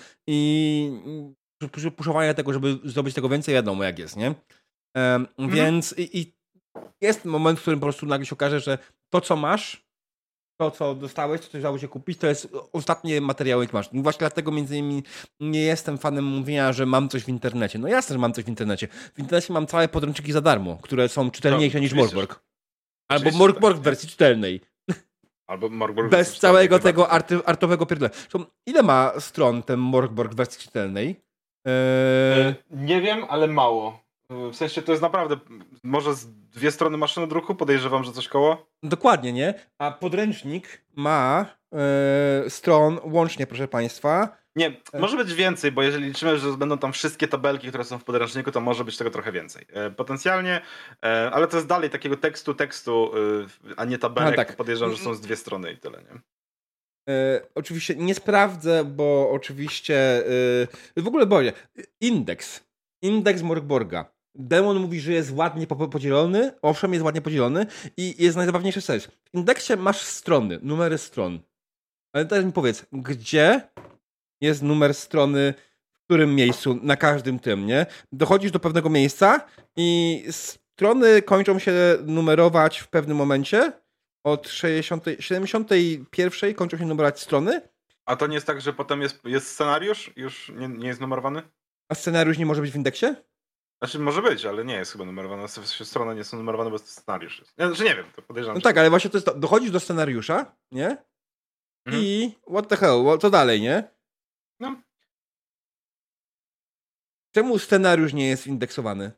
i puszowanie tego, żeby zdobyć tego więcej, wiadomo jak jest, nie? Um, mhm. Więc i, i jest moment, w którym po prostu nagle się okaże, że to, co masz, to, co dostałeś, co udało się kupić, to jest ostatnie materiały, jakie masz. I właśnie dlatego między innymi nie jestem fanem mówienia, że mam coś w internecie. No jasne, że mam coś w internecie. W internecie mam całe podręczniki za darmo, które są czytelniejsze no, niż Morgborg. Albo Morgborg w wersji czytelnej. Albo Morgborg bez całego tego arty, artowego pierdolenia. Ile ma stron ten Morgborg w wersji czytelnej? Eee... Nie wiem, ale mało. W sensie to jest naprawdę, może z dwie strony maszyny druku, podejrzewam, że coś koło? Dokładnie, nie? A podręcznik ma e, stron łącznie, proszę Państwa. Nie, może być więcej, bo jeżeli liczymy, że będą tam wszystkie tabelki, które są w podręczniku, to może być tego trochę więcej. E, potencjalnie, e, ale to jest dalej takiego tekstu, tekstu, e, a nie tabelek. A tak. Podejrzewam, że są z dwie strony i tyle, nie? E, oczywiście nie sprawdzę, bo oczywiście e, w ogóle boję. Indeks. Indeks Morgborga. Demon mówi, że jest ładnie podzielony, owszem, jest ładnie podzielony i jest najzabawniejszy sens. W indeksie masz strony, numery stron. Ale teraz mi powiedz, gdzie jest numer strony, w którym miejscu, na każdym tym, nie? Dochodzisz do pewnego miejsca i strony kończą się numerować w pewnym momencie. Od sześćdziesiątej, siedemdziesiątej pierwszej kończą się numerować strony. A to nie jest tak, że potem jest, jest scenariusz? Już nie, nie jest numerowany? A scenariusz nie może być w indeksie? Znaczy może być, ale nie jest chyba numerowana. Strony nie są numerowane, bo scenariusz jest. Znaczy nie wiem, to podejrzewam. No tak, ale właśnie to jest to. Dochodzisz do scenariusza, nie? Mhm. I what the hell, co dalej, nie? No. Czemu scenariusz nie jest indeksowany?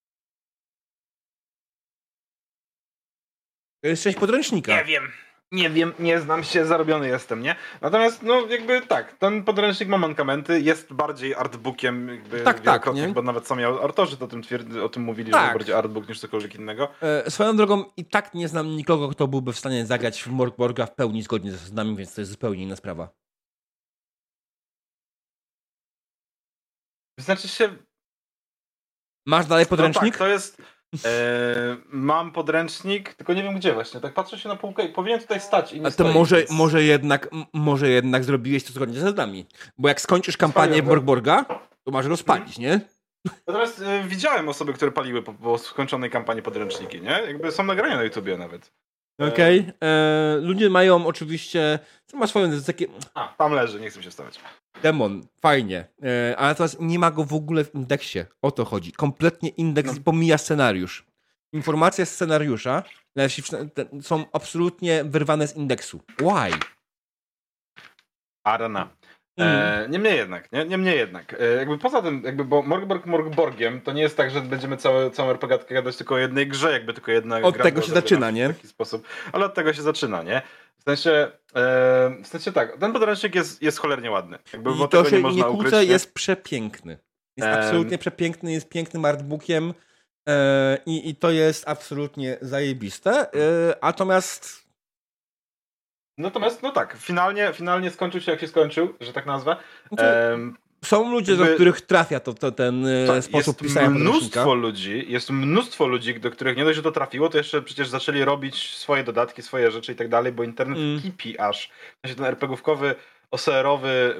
To jest część podręcznika. Nie wiem. Nie wiem, nie znam się, zarobiony jestem, nie? Natomiast, no jakby tak, ten podręcznik ma mankamenty, jest bardziej artbookiem, jakby tak, tak, nie? bo nawet sami autorzy to o tym, twierdzi, o tym mówili, tak. że to bardziej artbook niż cokolwiek innego. E, swoją drogą i tak nie znam nikogo, kto byłby w stanie zagrać w Morgborga w pełni zgodnie ze zasadami, więc to jest zupełnie inna sprawa. Znaczy się... Masz dalej podręcznik? No tak, to jest... E, mam podręcznik, tylko nie wiem gdzie właśnie. Tak patrzę się na półkę i powinien tutaj stać i nie A to stoi, może, więc... może, jednak, może jednak zrobiłeś to zgodnie z zasadami. Bo jak skończysz kampanię Morgborga, to masz rozpalić, hmm. nie? Natomiast e, widziałem osoby, które paliły po, po skończonej kampanii podręczniki, nie? Jakby są nagrania na YouTubie nawet. Okej. Okay. E, ludzie mają oczywiście... Co ma swoją... Takie... A, tam leży, nie chcę mi się wstawiać. Demon, fajnie. E, ale teraz nie ma go w ogóle w indeksie. O to chodzi. Kompletnie indeks no. pomija scenariusz. Informacje z scenariusza są absolutnie wyrwane z indeksu. Why? Arena. E, niemniej jednak, nie? Niemniej jednak. E, jakby poza tym, jakby, bo Morgborg Morgborgiem to nie jest tak, że będziemy całe, całą er pe gie gadać tylko o jednej grze, jakby tylko jedna Od gra tego się zaczyna, w nie? taki sposób. Ale od tego się zaczyna, nie? W sensie, e, w sensie tak, ten podręcznik jest, jest cholernie ładny. Jakby, I bo to tego się nie można nie kłócę, ukryć, nie? jest przepiękny. Jest um, absolutnie przepiękny, jest pięknym artbookiem e, i, i to jest absolutnie zajebiste. E, natomiast Natomiast, no tak, finalnie, finalnie skończył się jak się skończył, że tak nazwę. Um, Są ludzie, jakby, do których trafia to, to ten to sposób pisania Jest mnóstwo ludzi, jest mnóstwo ludzi, do których nie dość, że to trafiło, to jeszcze przecież zaczęli robić swoje dodatki, swoje rzeczy i tak dalej, bo internet mm. kipi aż. W sensie ten er pe gie owkowy, o es er owy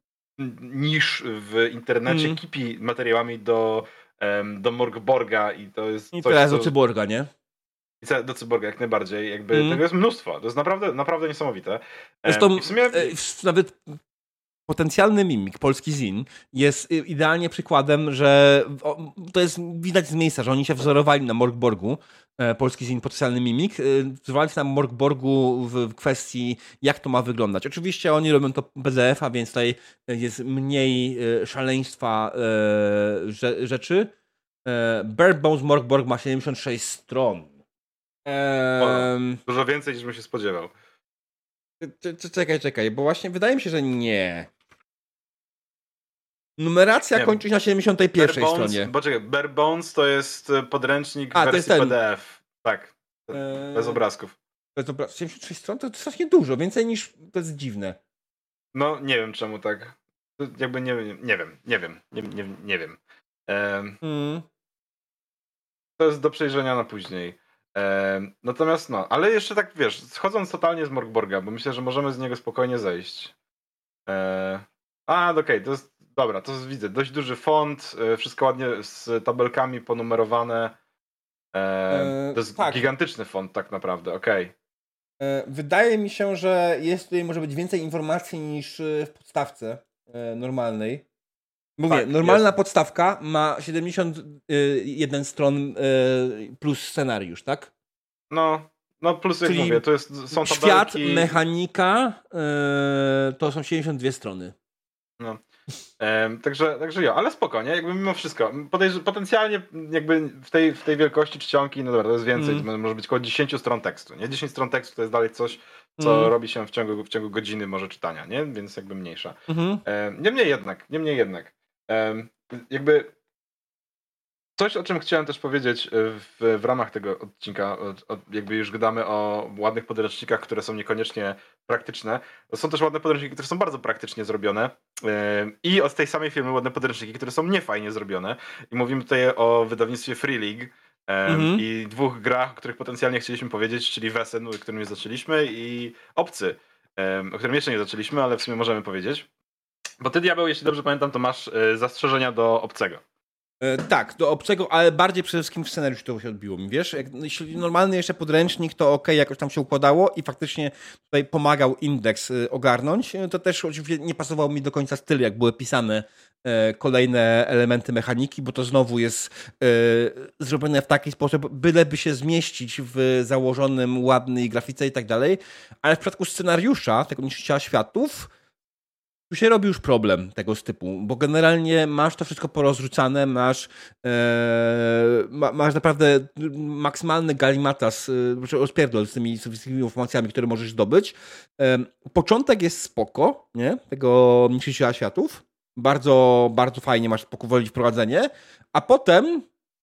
niż w internecie mm. kipi materiałami do, um, do Morgborga i to jest I coś, teraz co... do Cyborga, nie? I do Cyborga jak najbardziej. Jakby mm. tego jest mnóstwo. To jest naprawdę, naprawdę niesamowite. Zresztą um, w sumie... nawet potencjalny mimik, polski zin, jest idealnie przykładem, że to jest widać z miejsca, że oni się wzorowali na Morgborgu, polski zin, potencjalny mimik, wzorowali się na Morgborgu w kwestii, jak to ma wyglądać. Oczywiście oni robią to pe de efa, więc tutaj jest mniej szaleństwa rzeczy. Barebones Morgborg ma siedemdziesiąt sześć stron. Um, Dużo więcej niż bym się spodziewał. Czekaj, czekaj, bo właśnie wydaje mi się, że nie. Numeracja nie kończy się na siedemdziesiątej pierwszej Barebones, stronie. Poczekaj, Barebones to jest podręcznik A, w wersji ten... pe de ef. Tak, eee... bez obrazków. Bez obra... siedemdziesiąt sześć stron to strasznie dużo, więcej niż to jest dziwne. No, nie wiem czemu tak. Jakby nie, nie wiem, nie wiem, nie, nie, nie wiem. Ehm... Hmm. To jest do przejrzenia na później. Ehm... Natomiast no, ale jeszcze tak wiesz, schodząc totalnie z Morgborga, bo myślę, że możemy z niego spokojnie zejść. Ehm... A, okej, okay, to jest dobra, to jest, widzę, dość duży font, wszystko ładnie z tabelkami ponumerowane. Eee, to jest tak. Gigantyczny font tak naprawdę, okej. Okay. Wydaje mi się, że jest tutaj może być więcej informacji niż w podstawce normalnej. Mówię, tak, normalna jest. Podstawka ma siedemdziesiąt jeden stron plus scenariusz, tak? No, no plus jak Czyli mówię, to jest, są tabelki... Świat, mechanika, to są siedemdziesiąt dwie strony. No. Ehm, także, także ja, ale spokojnie, jakby mimo wszystko. Podejrz- potencjalnie jakby w tej, w tej wielkości czcionki, no dobra, to jest więcej, mm. to może być około dziesięć stron tekstu, nie? dziesięć stron tekstu to jest dalej coś, co mm. robi się w ciągu, w ciągu godziny może czytania, nie? Więc jakby mniejsza. Mm-hmm. Ehm, niemniej jednak, niemniej jednak. Ehm, jakby coś, o czym chciałem też powiedzieć w, w ramach tego odcinka, o, o, jakby już gadamy o ładnych podręcznikach, które są niekoniecznie praktyczne. Są też ładne podręczniki, które są bardzo praktycznie zrobione yy, i od tej samej firmy ładne podręczniki, które są niefajnie zrobione. I mówimy tutaj o wydawnictwie Free League yy, mm-hmm. i dwóch grach, o których potencjalnie chcieliśmy powiedzieć, czyli Wesen, o którym już zaczęliśmy, i Obcy, yy, o którym jeszcze nie zaczęliśmy, ale w sumie możemy powiedzieć. Bo ty, Diabeł, jeśli dobrze pamiętam, to masz y, zastrzeżenia do obcego. E, tak, do obcego, ale bardziej przede wszystkim w scenariuszu to się odbiło mi, wiesz? Jak, jeśli normalny jeszcze podręcznik, to okej, okay, jakoś tam się układało i faktycznie tutaj pomagał indeks y, ogarnąć. To też oczywiście nie pasował mi do końca styl, jak były pisane e, kolejne elementy mechaniki, bo to znowu jest e, zrobione w taki sposób, byleby się zmieścić w założonym ładnej grafice i tak dalej, ale w przypadku scenariusza, tego Niszczyciela Światów, tu się robi już problem tego typu, bo generalnie masz to wszystko porozrzucane, masz, e, ma, masz naprawdę maksymalny galimatas, e, rozpierdol z tymi, z tymi informacjami, które możesz zdobyć. E, początek jest spoko, nie? Tego Niszczyciela Światów. Bardzo, bardzo fajnie masz powoli wprowadzenie, a potem...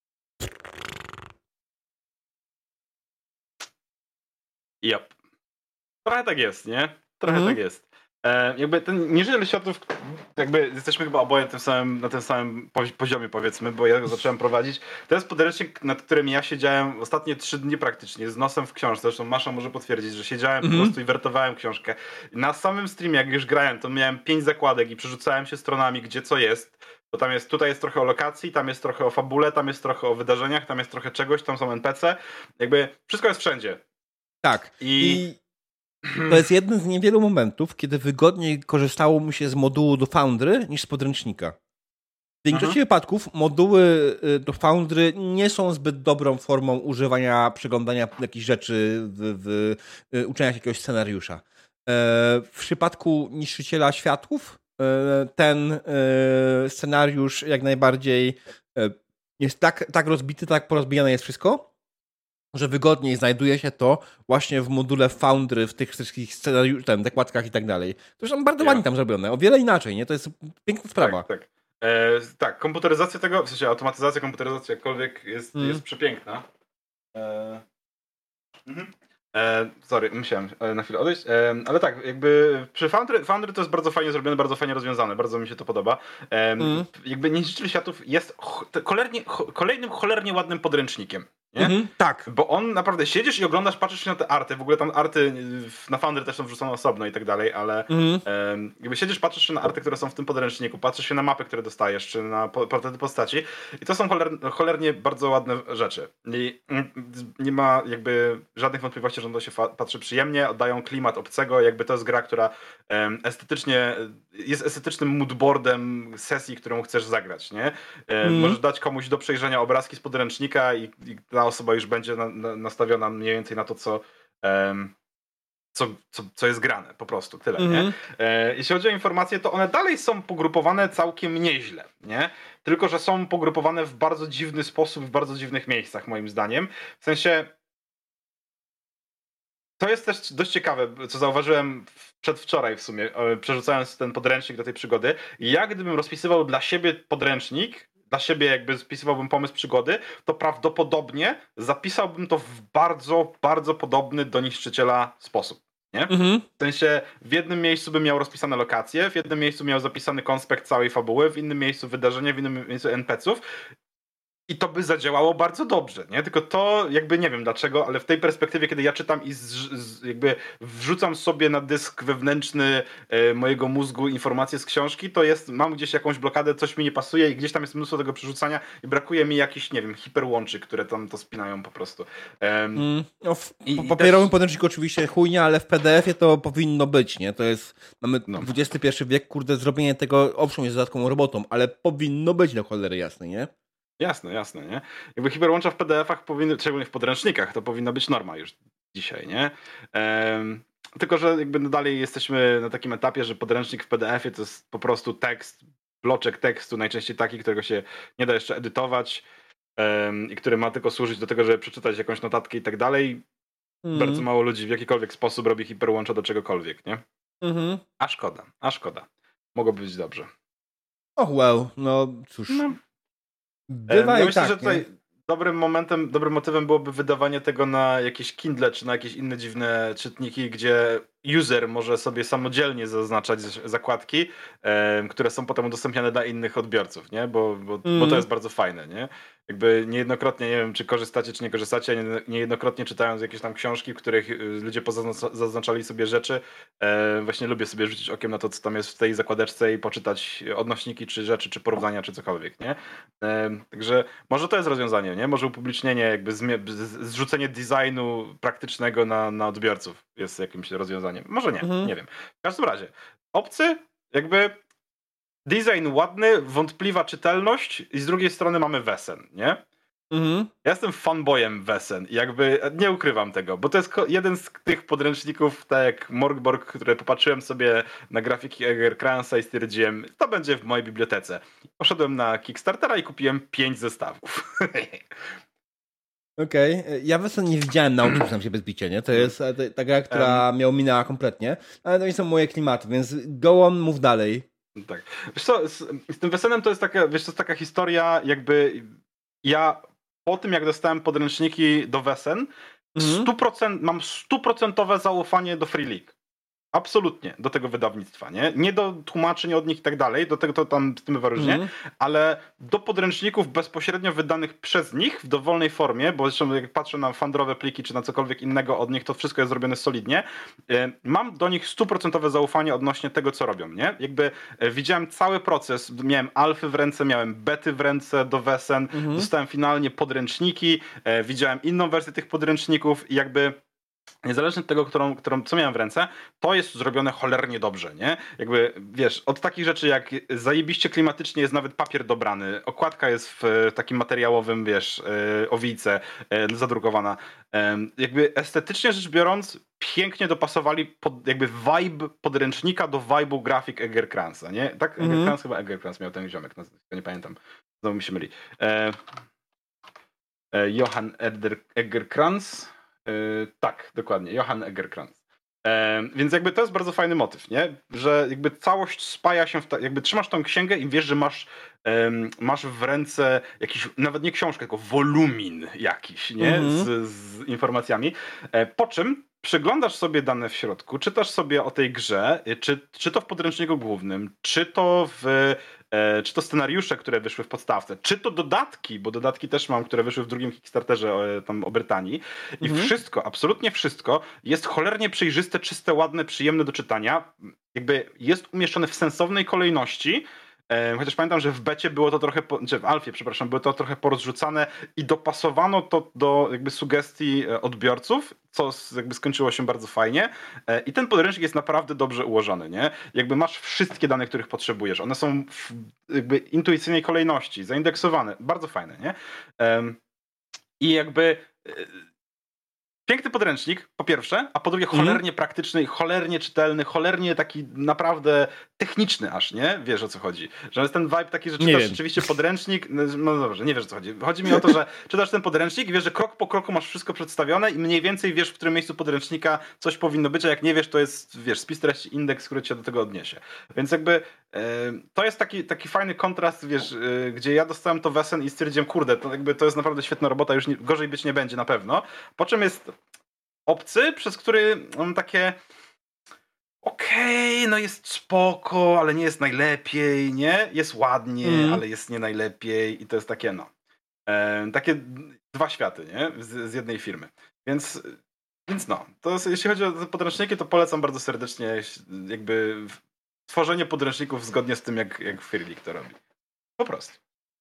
Yep. Trochę tak jest, nie? Trochę mhm. tak jest. E, jakby ten Niszczyciel Światów, jakby jesteśmy chyba oboje tym samym, na tym samym poziomie, powiedzmy, bo ja go zacząłem prowadzić. To jest podręcznik, nad którym ja siedziałem ostatnie trzy dni praktycznie, z nosem w książce. Zresztą Masza może potwierdzić, że siedziałem mm-hmm. po prostu i wertowałem książkę. Na samym streamie, jak już grałem, to miałem pięć zakładek i przerzucałem się stronami, gdzie co jest. Bo tam jest, tutaj jest trochę o lokacji, tam jest trochę o fabule, tam jest trochę o wydarzeniach, tam jest trochę czegoś, tam są en pe ce. Jakby wszystko jest wszędzie. Tak. I... I... To jest jeden z niewielu momentów, kiedy wygodniej korzystało mi się z modułu do Foundry niż z podręcznika. W większości mhm. wypadków moduły do Foundry nie są zbyt dobrą formą używania, przeglądania jakichś rzeczy, w, w uczenia jakiegoś scenariusza. W przypadku Niszczyciela Światów ten scenariusz jak najbardziej jest tak, tak rozbity, tak porozbijane jest wszystko, że wygodniej znajduje się to właśnie w module Foundry, w tych wszystkich scenariuszach, tam, dekładkach i tak dalej. To są bardzo ja. ładnie tam zrobione. O wiele inaczej, nie? To jest piękna sprawa. Tak, tak. E, tak, komputeryzacja tego, w sensie automatyzacja, komputeryzacja jakkolwiek jest, mm. jest przepiękna. E, mhm. e, sorry, musiałem na chwilę odejść. E, ale tak, jakby przy Foundry, Foundry to jest bardzo fajnie zrobione, bardzo fajnie rozwiązane, bardzo mi się to podoba. E, mm. Jakby Niszczyciel Światów jest cholernie, kolejnym cholernie ładnym podręcznikiem. Nie? Mhm, tak. Bo on naprawdę siedzisz i oglądasz, patrzysz się na te arty, w ogóle tam arty na Foundry też są wrzucone osobno i tak dalej, ale mhm. um, jakby siedzisz, patrzysz się na arty, które są w tym podręczniku, patrzysz się na mapy, które dostajesz, czy na portrety postaci i to są choler, cholernie bardzo ładne rzeczy. I nie ma jakby żadnych wątpliwości, że to się patrzy przyjemnie, oddają klimat obcego, jakby to jest gra, która um, estetycznie jest estetycznym moodboardem sesji, którą chcesz zagrać, nie? Um, mhm. Możesz dać komuś do przejrzenia obrazki z podręcznika i, i ta osoba już będzie na, na, nastawiona mniej więcej na to, co, um, co, co, co jest grane, po prostu, tyle, mm-hmm. nie? E, jeśli chodzi o informacje, to one dalej są pogrupowane całkiem nieźle, nie? Tylko że są pogrupowane w bardzo dziwny sposób, w bardzo dziwnych miejscach, moim zdaniem. W sensie to jest też dość ciekawe, co zauważyłem przedwczoraj w sumie, przerzucając ten podręcznik do tej przygody. Jak gdybym rozpisywał dla siebie podręcznik, dla siebie jakby spisywałbym pomysł przygody, to prawdopodobnie zapisałbym to w bardzo, bardzo podobny do Niszczyciela sposób. Nie? Mhm. W sensie w jednym miejscu bym miał rozpisane lokacje, w jednym miejscu miał zapisany konspekt całej fabuły, w innym miejscu wydarzenia, w innym miejscu en pe ców. I to by zadziałało bardzo dobrze, nie? Tylko to jakby nie wiem dlaczego, ale w tej perspektywie, kiedy ja czytam i z, z, jakby wrzucam sobie na dysk wewnętrzny e, mojego mózgu informacje z książki, to jest, mam gdzieś jakąś blokadę, coś mi nie pasuje i gdzieś tam jest mnóstwo tego przerzucania i brakuje mi jakichś, nie wiem, hiperłączy, które tam to spinają po prostu. Um, mm, no w i, papierowym też... podręczniku oczywiście chujnia, ale w pe de efie to powinno być, nie? To jest, mamy no. dwudziesty pierwszy wiek, kurde, zrobienie tego, owszem, jest dodatkową robotą, ale powinno być na cholery jasnej, nie? Jasne, jasne, nie? Jakby hiperłącza w pe de efach powinny, szczególnie w podręcznikach, to powinna być norma już dzisiaj, nie? Ehm, tylko, że jakby dalej jesteśmy na takim etapie, że podręcznik w pe de efie to jest po prostu tekst, bloczek tekstu, najczęściej taki, którego się nie da jeszcze edytować um, i który ma tylko służyć do tego, żeby przeczytać jakąś notatkę i tak dalej. Mm. Bardzo mało ludzi w jakikolwiek sposób robi hiperłącza do czegokolwiek, nie? Mm-hmm. A szkoda, a szkoda. Mogłoby być dobrze. Och, well, no cóż... No. Bywa ja myślę, tak, że tutaj nie? dobrym momentem, dobrym motywem byłoby wydawanie tego na jakieś Kindle, czy na jakieś inne dziwne czytniki, gdzie user może sobie samodzielnie zaznaczać zakładki, e, które są potem udostępniane dla innych odbiorców, nie? Bo, bo, mm. bo to jest bardzo fajne, nie? Jakby niejednokrotnie, nie wiem, czy korzystacie, czy nie korzystacie, niejednokrotnie czytając jakieś tam książki, w których ludzie zaznaczali sobie rzeczy, e, właśnie lubię sobie rzucić okiem na to, co tam jest w tej zakładeczce i poczytać odnośniki, czy rzeczy, czy porównania, czy cokolwiek, nie? E, także może to jest rozwiązanie, nie? Może upublicznienie, jakby zrzucenie designu praktycznego na, na odbiorców jest jakimś rozwiązaniem. Może nie, mhm. nie wiem. W każdym razie, obcy, jakby design ładny, wątpliwa czytelność i z drugiej strony mamy wesen, nie? Mhm. Ja jestem fanboyem wesen i jakby nie ukrywam tego, bo to jest jeden z tych podręczników, tak jak Morgborg, które popatrzyłem sobie na grafiki Egerkransa i stwierdziłem, to będzie w mojej bibliotece. Poszedłem na Kickstartera i kupiłem pięć zestawów. Okej, okay. Ja wesen nie widziałem na oczy, znam się bez bicia, nie? To jest ta gra, która um. mnie ominęła kompletnie, ale to nie są moje klimaty, więc go on, mów dalej. Tak. Wiesz co, z, z tym wesenem to jest taka, wiesz, to jest taka historia, jakby ja po tym, jak dostałem podręczniki do wesen, mm-hmm. sto procent, mam stuprocentowe zaufanie do Free League. Absolutnie, do tego wydawnictwa, nie? Nie do tłumaczeń od nich i tak dalej, do tego to tam z tym bywa różnie, mm. ale do podręczników bezpośrednio wydanych przez nich w dowolnej formie, bo zresztą jak patrzę na fundrowe pliki czy na cokolwiek innego od nich, to wszystko jest zrobione solidnie. Mam do nich stuprocentowe zaufanie odnośnie tego, co robią, nie? Jakby widziałem cały proces, miałem alfy w ręce, miałem bety w ręce do wesen, mm-hmm. dostałem finalnie podręczniki, widziałem inną wersję tych podręczników i jakby niezależnie od tego, którą, którą, co miałem w ręce, to jest zrobione cholernie dobrze, nie? Jakby, wiesz, od takich rzeczy jak zajebiście klimatycznie jest nawet papier dobrany, okładka jest w takim materiałowym, wiesz, owijce zadrukowana. Jakby estetycznie rzecz biorąc, pięknie dopasowali pod, jakby vibe podręcznika do vibe'u grafik Egerkransa, nie? Tak? Mm-hmm. Egerkrans, chyba Egerkrans miał ten ziomek, nie pamiętam. Znowu mi się myli. E, e, Johan Egerkrans. Yy, tak, dokładnie, Johan Egerkrans. Yy, więc jakby to jest bardzo fajny motyw, nie? Że jakby całość spaja się w ta, jakby trzymasz tą księgę i wiesz, że masz, yy, masz w ręce jakiś, nawet nie książkę, tylko wolumin jakiś, nie? Mm-hmm. Z, z informacjami. Yy, po czym przyglądasz sobie dane w środku, czytasz sobie o tej grze, czy, czy to w podręczniku głównym, czy to w E, czy to scenariusze, które wyszły w podstawce, czy to dodatki, bo dodatki też mam, które wyszły w drugim Kickstarterze o, tam o Brytanii. I mhm. wszystko, absolutnie wszystko jest cholernie przejrzyste, czyste, ładne, przyjemne do czytania. Jakby jest umieszczone w sensownej kolejności. E, chociaż pamiętam, że w becie było to trochę, po, czy w alfie, przepraszam, było to trochę porozrzucane i dopasowano to do jakby sugestii odbiorców, co jakby skończyło się bardzo fajnie. E, I ten podręcznik jest naprawdę dobrze ułożony, nie? Jakby masz wszystkie dane, których potrzebujesz. One są w jakby intuicyjnej kolejności, zaindeksowane. Bardzo fajne, nie? E, I jakby e, piękny podręcznik, po pierwsze, a po drugie cholernie mm. praktyczny, cholernie czytelny, cholernie taki naprawdę techniczny aż, nie? Wiesz, o co chodzi. Że jest ten vibe taki, że czytasz rzeczywiście podręcznik, no dobrze, nie wiesz, o co chodzi. Chodzi mi o to, że czytasz ten podręcznik i wiesz, że krok po kroku masz wszystko przedstawione i mniej więcej wiesz, w którym miejscu podręcznika coś powinno być, a jak nie wiesz, to jest, wiesz, spis treści, indeks, który cię do tego odniesie. Więc jakby yy, to jest taki, taki fajny kontrast, wiesz, yy, gdzie ja dostałem to wesen i stwierdziłem, kurde, to jakby to jest naprawdę świetna robota, już nie, gorzej być nie będzie na pewno. Po czym jest obcy, przez który mam takie okej, okay, no jest spoko, ale nie jest najlepiej, nie? Jest ładnie, mm. ale jest nie najlepiej i to jest takie, no, e, takie dwa światy, nie? Z, z jednej firmy. Więc, więc no, to jeśli chodzi o podręczniki, to polecam bardzo serdecznie jakby tworzenie podręczników zgodnie z tym, jak, jak Free League to robi. Po prostu.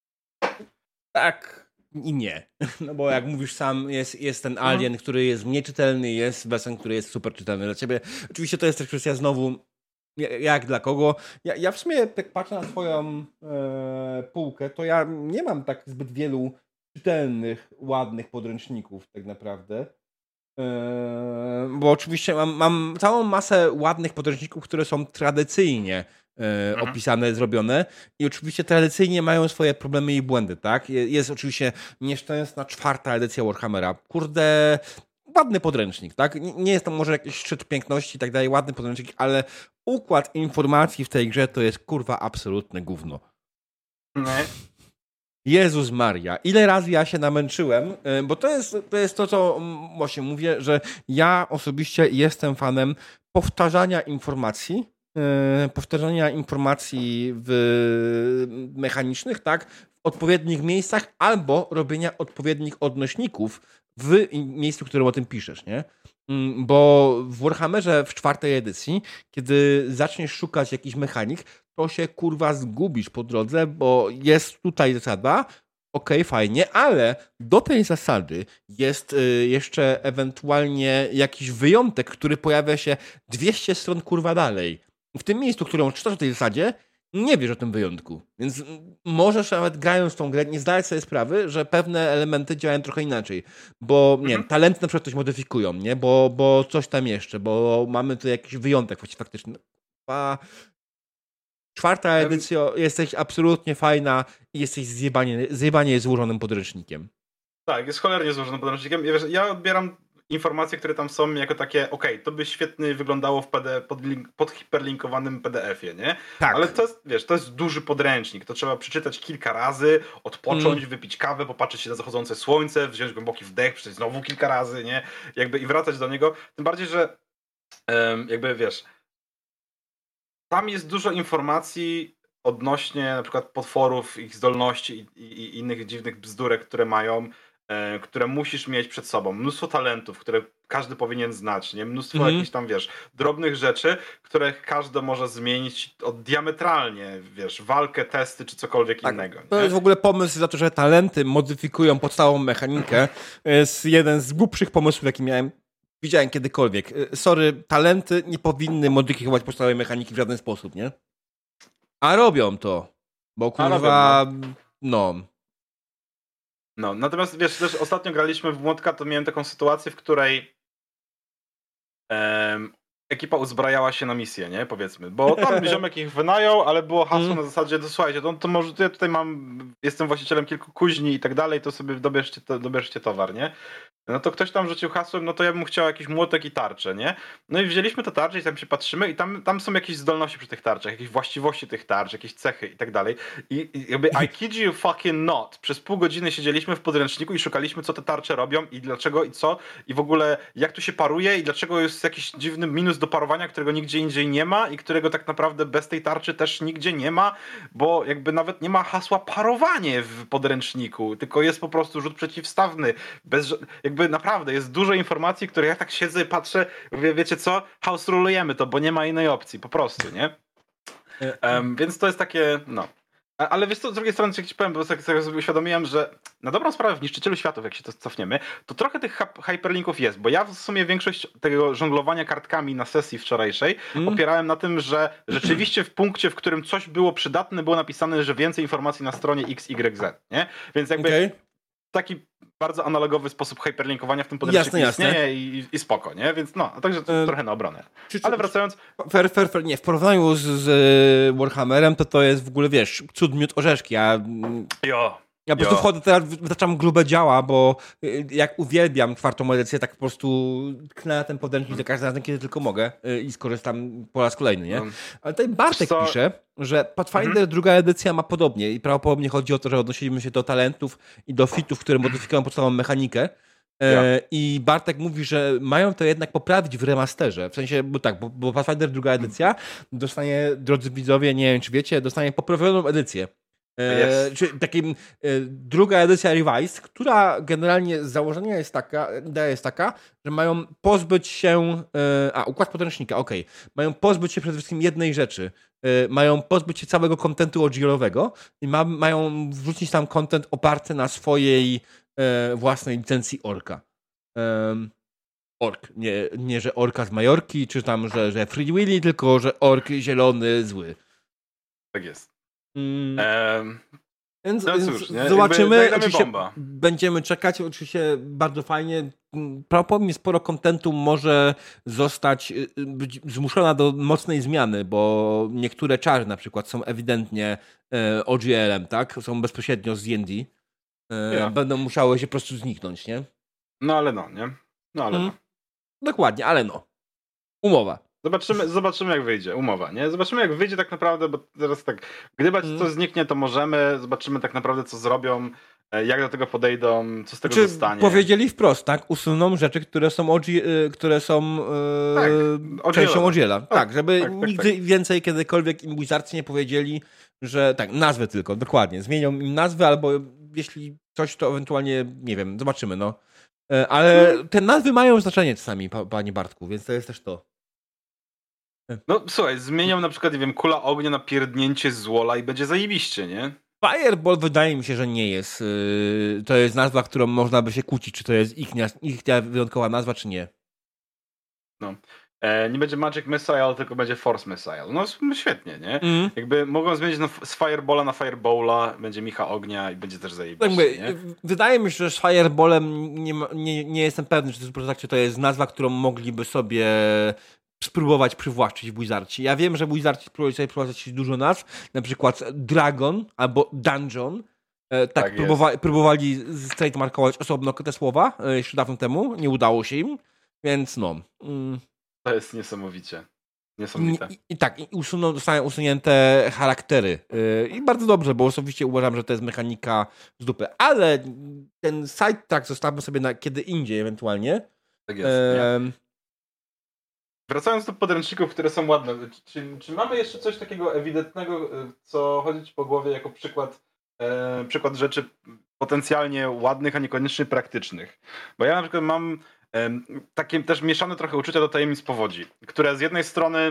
Tak. I nie. No bo jak mówisz sam, jest, jest ten Alien, no. który jest mniej czytelny, jest Wesen, który jest super czytelny dla ciebie. Oczywiście to jest też kwestia znowu jak dla kogo. Ja, ja w sumie jak patrzę na swoją e, półkę, to ja nie mam tak zbyt wielu czytelnych, ładnych podręczników tak naprawdę. E, bo oczywiście mam, mam całą masę ładnych podręczników, które są tradycyjnie E, opisane, zrobione i oczywiście tradycyjnie mają swoje problemy i błędy, tak? Jest oczywiście nieszczęsna czwarta edycja Warhammera. Kurde, ładny podręcznik, tak? Nie jest to może jakiś szczyt piękności i tak dalej, ładny podręcznik, ale układ informacji w tej grze to jest kurwa absolutne gówno. Nie. Jezus Maria, ile razy ja się namęczyłem, bo to jest to, jest to co właśnie mówię, że ja osobiście jestem fanem powtarzania informacji, yy, powtarzania informacji w mechanicznych, tak, w odpowiednich miejscach albo robienia odpowiednich odnośników w miejscu, w którym o tym piszesz, nie? Bo w Warhammerze w czwartej edycji, kiedy zaczniesz szukać jakichś mechanik, to się kurwa zgubisz po drodze, bo jest tutaj zasada, okej, okay, fajnie, ale do tej zasady jest y, jeszcze ewentualnie jakiś wyjątek, który pojawia się dwieście stron kurwa dalej. W tym miejscu, którą czytasz o tej zasadzie, nie wiesz o tym wyjątku. Więc możesz nawet grając tą grę nie zdać sobie sprawy, że pewne elementy działają trochę inaczej. Bo, nie mhm. wiem, talenty na przykład coś modyfikują, nie? Bo, bo coś tam jeszcze, bo mamy tu jakiś wyjątek faktycznie. A czwarta edycja, jesteś absolutnie fajna i jesteś zjebanie, zjebanie złożonym podręcznikiem. Tak, jest cholernie złożonym podręcznikiem. Ja odbieram informacje, które tam są jako takie, okej, okay, to by świetnie wyglądało w P D F, pod, pod hiperlinkowanym P D F-ie, nie? Tak. Ale to jest, wiesz, to jest duży podręcznik, to trzeba przeczytać kilka razy, odpocząć, mm. wypić kawę, popatrzeć się na zachodzące słońce, wziąć głęboki wdech, przeczytać znowu kilka razy, nie? Jakby i wracać do niego. Tym bardziej, że um, jakby, wiesz, tam jest dużo informacji odnośnie na przykład potworów, ich zdolności i, i, i innych dziwnych bzdurek, które mają, e, które musisz mieć przed sobą. Mnóstwo talentów, które każdy powinien znać, nie? Mnóstwo mm-hmm. jakichś tam, wiesz, drobnych rzeczy, które każdy może zmienić od diametralnie, wiesz, walkę, testy czy cokolwiek tak, innego. To nie? jest w ogóle pomysł za to, że talenty modyfikują podstawową mechanikę. Jest jeden z głupszych pomysłów, jaki miałem widziałem kiedykolwiek. Sorry, talenty nie powinny modyfikować podstawowej mechaniki w żaden sposób, nie? A robią to. Bo kurwa, robią, no. no. No, natomiast wiesz, też ostatnio graliśmy w Młotka, to miałem taką sytuację, w której em, ekipa uzbrajała się na misję, nie? Powiedzmy. Bo tam ziomek ich wynajął, ale było hasło mm. na zasadzie, to słuchajcie, to, to może to ja tutaj mam, jestem właścicielem kilku kuźni i tak dalej, to sobie dobierzcie, to, dobierzcie towar, nie? No to ktoś tam rzucił hasłem, no to ja bym chciał jakiś młotek i tarczę, nie? No i wzięliśmy te tarcze i tam się patrzymy i tam, tam są jakieś zdolności przy tych tarczach, jakieś właściwości tych tarcz, jakieś cechy i tak dalej. I, i jakby I kid you fucking not. Przez pół godziny siedzieliśmy w podręczniku i szukaliśmy, co te tarcze robią i dlaczego i co i w ogóle jak tu się paruje i dlaczego jest jakiś dziwny minus do parowania, którego nigdzie indziej nie ma i którego tak naprawdę bez tej tarczy też nigdzie nie ma, bo jakby nawet nie ma hasła parowanie w podręczniku, tylko jest po prostu rzut przeciwstawny, bez jakby naprawdę jest dużo informacji, które ja tak siedzę i patrzę, mówię, wiecie co, house rulujemy to, bo nie ma innej opcji, po prostu, nie? Um, więc to jest takie, no. A, ale wiesz co, z drugiej strony ci powiem, bo tak sobie uświadomiłem, że na dobrą sprawę w Niszczycielu Światów, jak się to cofniemy, to trochę tych hyperlinków jest, bo ja w sumie większość tego żonglowania kartkami na sesji wczorajszej mm. opierałem na tym, że rzeczywiście w punkcie, w którym coś było przydatne, było napisane, że więcej informacji na stronie X Y Z, nie? Więc jakby okay. taki bardzo analogowy sposób hyperlinkowania w tym podręczniku istnieje i, i spoko, nie? Więc no, a także to trochę na obronę. Czy, czy, Ale wracając... Fair, fair, fair, nie, w porównaniu z, z Warhammerem, to to jest w ogóle, wiesz, cud, miód, orzeszki. Ja, jo, ja po prostu wchodzę teraz, wytaczam grube działa, bo jak uwielbiam czwartą edycję, tak po prostu tknę na ten podręcznik za każdym razem, kiedy tylko mogę i skorzystam po raz kolejny, nie? Ale tutaj Bartek co? pisze, że Pathfinder mhm. druga edycja ma podobnie i prawdopodobnie chodzi o to, że odnosiliśmy się do talentów i do fitów, które modyfikują podstawową mechanikę. Ja. I Bartek mówi, że mają to jednak poprawić w remasterze. W sensie, bo tak, bo, bo Pathfinder druga edycja dostanie, drodzy widzowie, nie wiem czy wiecie, dostanie poprawioną edycję. E, czyli takim e, druga edycja Revised, która generalnie z założenia jest taka, idea jest taka, że mają pozbyć się, e, a układ podręcznika, okej, okay. mają pozbyć się przede wszystkim jednej rzeczy, e, mają pozbyć się całego kontentu O G L-owego i ma, mają wrzucić tam kontent oparty na swojej e, własnej licencji Orka. E, ork, nie, nie że Orka z Majorki, czy tam, że, że Free Willy, tylko że Ork zielony, zły. Tak jest. Mm. Um, więc, no więc cóż, nie? zobaczymy. Oczywiście będziemy czekać. Oczywiście bardzo fajnie. Prawdopodobnie sporo kontentu może zostać być zmuszona do mocnej zmiany, bo niektóre czary na przykład są ewidentnie e, O G L-em, tak? Są bezpośrednio z D and D. E, ja. Będą musiały się po prostu zniknąć, nie? No ale no, nie? No ale mm. no. Dokładnie, ale no. Umowa. Zobaczymy, zobaczymy jak wyjdzie, umowa, nie? Zobaczymy jak wyjdzie tak naprawdę, bo teraz tak, gdybać mm. co zniknie, to możemy, zobaczymy tak naprawdę co zrobią, jak do tego podejdą, co z tego znaczy, zostanie. Powiedzieli wprost, tak? Usuną rzeczy, które są, O G, które są yy, tak, częścią Odziela. Tak, tak, żeby tak, tak, nigdy tak. więcej kiedykolwiek im Wizardsi nie powiedzieli, że tak, nazwę tylko, dokładnie. Zmienią im nazwę, albo jeśli coś, to ewentualnie, nie wiem, zobaczymy, no. Ale hmm. te nazwy mają znaczenie czasami, panie Bartku, więc to jest też to. No słuchaj, zmienią na przykład, nie wiem, kula ognia na pierdnięcie złola i będzie zajebiście, nie? Fireball wydaje mi się, że nie jest. Yy, to jest nazwa, którą można by się kłócić, czy to jest ich, ich wyjątkowa nazwa, czy nie. No. E, nie będzie Magic Missile, tylko będzie Force Missile. No świetnie, nie? Mm. Jakby mogą zmienić no, z Fireballa na Fireballa, będzie Micha ognia i będzie też zajebiście, Jakby, nie? Wydaje mi się, że z Fireballem nie, nie, nie jestem pewny, czy to, jest, czy to jest nazwa, którą mogliby sobie spróbować przywłaszczyć w Wizardsi. Ja wiem, że w Wizardsi próbowali sobie przywłaszczyć dużo nazw, na przykład Dragon albo Dungeon. Tak, tak próbowali, próbowali trademarkować osobno te słowa jeszcze dawno temu. Nie udało się im, więc no. Mm. To jest niesamowicie. Niesamowite. I, i tak, i usuną, zostają usunięte charaktery. Yy, I bardzo dobrze, bo osobiście uważam, że to jest mechanika z dupy. Ale ten sidetrack zostawmy sobie na kiedy indziej ewentualnie. Tak jest. Yy, Wracając do podręczników, które są ładne. Czy, czy mamy jeszcze coś takiego ewidentnego, co chodzi ci po głowie jako przykład, e, przykład rzeczy potencjalnie ładnych, a niekoniecznie praktycznych? Bo ja na przykład mam takie też mieszane trochę uczucia do Tajemnic Powodzi, które z jednej strony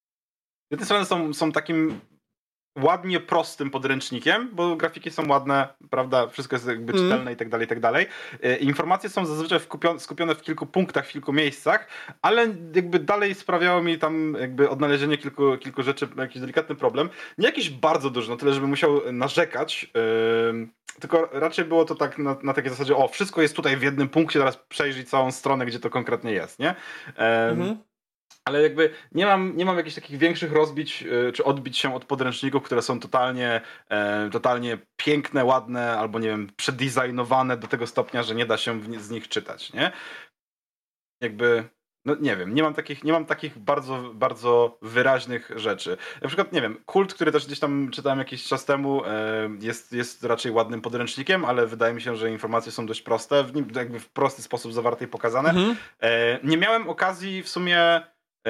z jednej strony są, są takim ładnie prostym podręcznikiem, bo grafiki są ładne, prawda, wszystko jest jakby czytelne mm. i tak dalej, i tak dalej. Informacje są zazwyczaj wkupione, skupione w kilku punktach, w kilku miejscach, ale jakby dalej sprawiało mi tam jakby odnalezienie kilku, kilku rzeczy jakiś delikatny problem. Nie jakiś bardzo duży, no tyle, żeby musiał narzekać, yy, tylko raczej było to tak na, na takiej zasadzie, o, wszystko jest tutaj w jednym punkcie, teraz przejrzyj całą stronę, gdzie to konkretnie jest, nie? Yy, mm-hmm. Ale jakby nie mam, nie mam jakichś takich większych rozbić yy, czy odbić się od podręczników, które są totalnie, yy, totalnie piękne, ładne, albo nie wiem, przedesignowane do tego stopnia, że nie da się w, z nich czytać, nie? Jakby, no nie wiem, nie mam takich, nie mam takich bardzo, bardzo wyraźnych rzeczy. Na przykład, nie wiem, Kult, który też gdzieś tam czytałem jakiś czas temu, yy, jest, jest raczej ładnym podręcznikiem, ale wydaje mi się, że informacje są dość proste, w nim jakby w prosty sposób zawarte i pokazane. Mhm. Yy, nie miałem okazji w sumie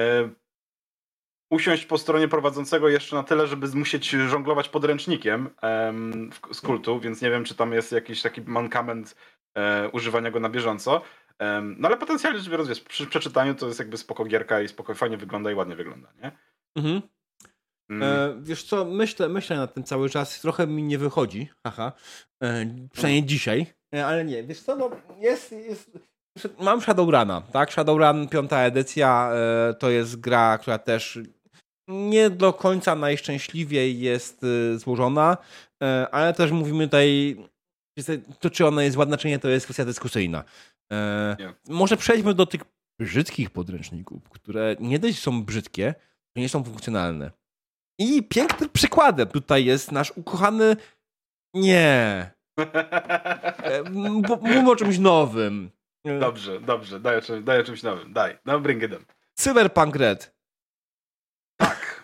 usiąść po stronie prowadzącego jeszcze na tyle, żeby musieć żonglować podręcznikiem um, z Kultu, więc nie wiem, czy tam jest jakiś taki mankament um, używania go na bieżąco. Um, no ale potencjalnie rzecz biorąc, wiesz, przy przeczytaniu to jest jakby spoko gierka i spoko, fajnie wygląda i ładnie wygląda, nie? Mhm. Mm. E, wiesz co, myślę, myślę nad tym cały czas, trochę mi nie wychodzi, aha, e, przynajmniej mm. dzisiaj, e, ale nie, wiesz co, no jest... jest... Mam Shadowruna, tak? Shadowrun, piąta edycja, e, to jest gra, która też nie do końca najszczęśliwiej jest e, złożona, e, ale też mówimy tutaj, to czy ona jest ładna, czy nie, to jest kwestia dyskusyjna. E, może przejdźmy do tych brzydkich podręczników, które nie dość są brzydkie, to nie są funkcjonalne. I pięknym przykładem tutaj jest nasz ukochany... Nie. E, mówmy o czymś nowym. Dobrze, dobrze, daj o, czymś, daj o czymś nowym, daj, no bring it on. Cyberpunk Red. Tak.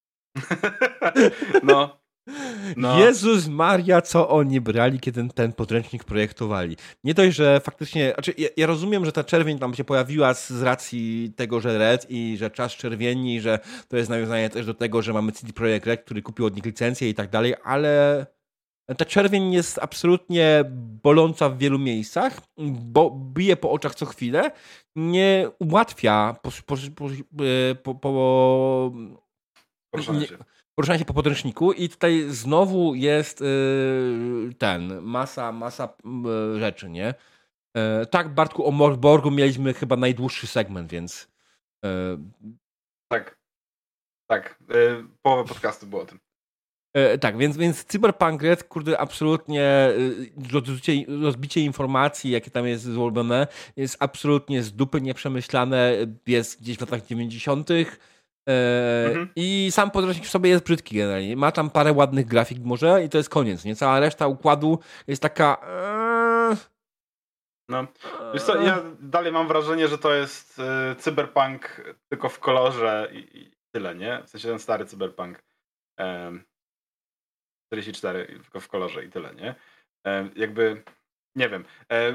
no. no. Jezus Maria, co oni brali, kiedy ten, ten podręcznik projektowali. Nie dość, że faktycznie, znaczy ja, ja rozumiem, że ta czerwień tam się pojawiła z, z racji tego, że Red i że czas czerwieni, że to jest nawiązanie też do tego, że mamy C D Projekt Red, który kupił od nich licencję i tak dalej, ale... Ta czerwień jest absolutnie boląca w wielu miejscach, bo bije po oczach co chwilę, nie ułatwia po, po, po, po, poruszania, nie, się. poruszania się po podręczniku i tutaj znowu jest yy, ten, masa, masa yy, rzeczy, nie? Yy, tak, Bartku, o Morborgu mieliśmy chyba najdłuższy segment, więc... Yy. Tak, tak, yy, połowa podcastu było o tym. E, tak, więc, więc Cyberpunk Red, kurde, absolutnie rozbicie, rozbicie informacji, jakie tam jest zrobione, jest absolutnie z dupy nieprzemyślane, jest gdzieś w latach dziewięćdziesiątych. E, mhm. I sam podręcznik w sobie jest brzydki generalnie. Ma tam parę ładnych grafik może i to jest koniec, nie? Cała reszta układu jest taka... E... No, wiesz co, ja dalej mam wrażenie, że to jest y, Cyberpunk tylko w kolorze i, i tyle, nie? W sensie ten stary Cyberpunk. Um. czterdzieści cztery tylko w kolorze i tyle, nie? jakby, nie wiem.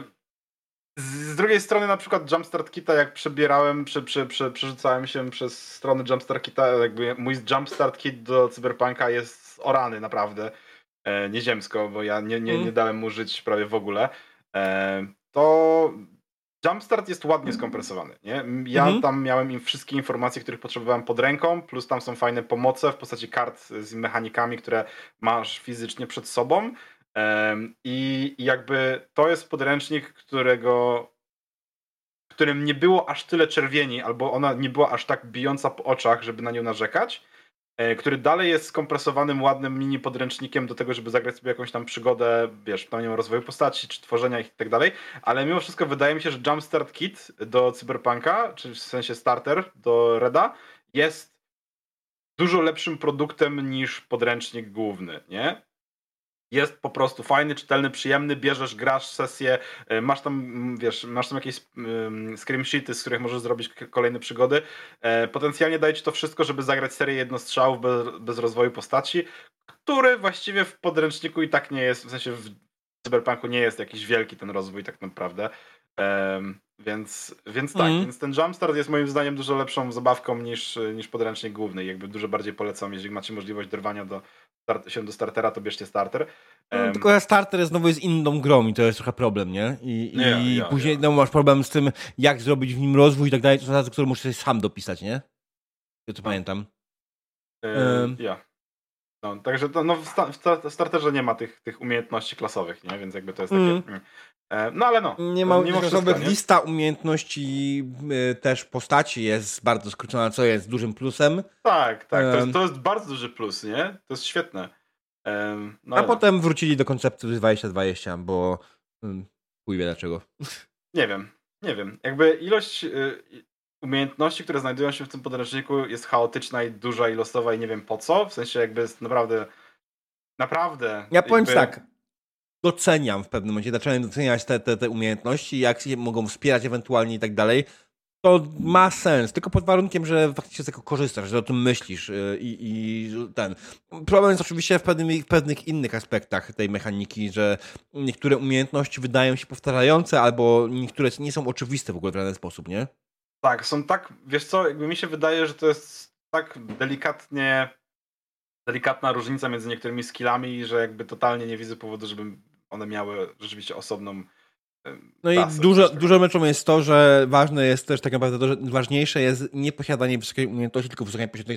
Z drugiej strony na przykład Jumpstart Kita, jak przebierałem, prze, prze, prze, przerzucałem się przez strony Jumpstart Kita, jakby mój Jumpstart Kit do Cyberpunka jest orany naprawdę e, nieziemsko, bo ja nie, nie, nie dałem mu żyć prawie w ogóle. E, to Jumpstart jest ładnie skompresowany, nie? Ja mhm. tam miałem im wszystkie informacje, których potrzebowałem pod ręką, plus tam są fajne pomoce w postaci kart z mechanikami, które masz fizycznie przed sobą. Um, i, I jakby to jest podręcznik, którego w którym nie było aż tyle czerwieni, albo ona nie była aż tak bijąca po oczach, żeby na nią narzekać, e, który dalej jest skompresowanym, ładnym mini podręcznikiem do tego, żeby zagrać sobie jakąś tam przygodę, wiesz, pełnią rozwoju postaci, czy tworzenia ich i tak dalej, ale mimo wszystko wydaje mi się, że Jumpstart Kit do Cyberpunka, czy w sensie starter do Reda, jest dużo lepszym produktem niż podręcznik główny, nie? Jest po prostu fajny, czytelny, przyjemny, bierzesz, grasz sesję, masz tam, wiesz, masz tam jakieś um, scream sheety, z których możesz zrobić kolejne przygody. E, potencjalnie daje ci to wszystko, żeby zagrać serię jednostrzałów bez, bez rozwoju postaci, który właściwie w podręczniku i tak nie jest, w sensie w Cyberpunku nie jest jakiś wielki ten rozwój tak naprawdę. E, więc, więc tak, mm. więc ten Jumpstart jest moim zdaniem dużo lepszą zabawką niż, niż podręcznik główny. Jakby dużo bardziej polecam, jeżeli macie możliwość dorwania do się do startera, to bierzcie starter. No, tylko starter znowu jest inną grą i to jest trochę problem, nie? I, ja, i ja, później ja. No, masz problem z tym, jak zrobić w nim rozwój i tak dalej, to są zasady, które muszę sobie sam dopisać, nie? Ja to no. pamiętam. Yy, um. Ja. No, także to, no, w, sta- w starterze nie ma tych, tych umiejętności klasowych, nie? Więc jakby to jest takie... Mm. No ale no. Nie ma wszystko, nie? Lista umiejętności y, też postaci jest bardzo skrócona, co jest dużym plusem. Tak, tak. To jest, to jest bardzo duży plus, nie? To jest świetne. Um, no, A no. potem wrócili do konceptu dwadzieścia dwadzieścia, bo um, chuj wie dlaczego. Nie wiem, nie wiem. Jakby ilość y, umiejętności, które znajdują się w tym podręczniku jest chaotyczna i duża i losowa i nie wiem po co. W sensie jakby jest naprawdę naprawdę... Ja powiem jakby... tak. Doceniam w pewnym momencie, zacząłem doceniać te, te, te umiejętności, jak się mogą wspierać ewentualnie i tak dalej. To ma sens, tylko pod warunkiem, że faktycznie z tego korzystasz, że o tym myślisz i, i ten. Problem jest oczywiście w, pewnym, w pewnych innych aspektach tej mechaniki, że niektóre umiejętności wydają się powtarzające, albo niektóre nie są oczywiste w ogóle w żaden sposób, nie? Tak, są tak, wiesz co, jakby mi się wydaje, że to jest tak delikatnie delikatna różnica między niektórymi skillami, że jakby totalnie nie widzę powodu, żeby one miały rzeczywiście osobną No i dużo, dużo meczą jest to, że ważne jest też tak naprawdę to, że ważniejsze jest nie posiadanie wysokiej umiejętności, tylko wysokiej posiadanie.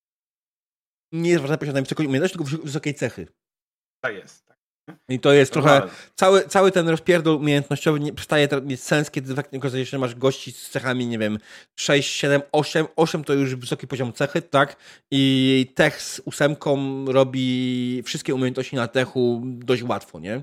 Nie jest ważne posiadanie wysokiej umiejętności, tylko wysokiej cechy. Tak jest. Tak. I to jest trochę, no, cały, cały ten rozpierdol umiejętnościowy nie, przestaje mieć sens, kiedy faktycznie okazuje się, że masz gości z cechami, nie wiem, sześć, siedem, osiem, osiem to już wysoki poziom cechy, tak? I tech z ósemką robi wszystkie umiejętności na techu dość łatwo, nie?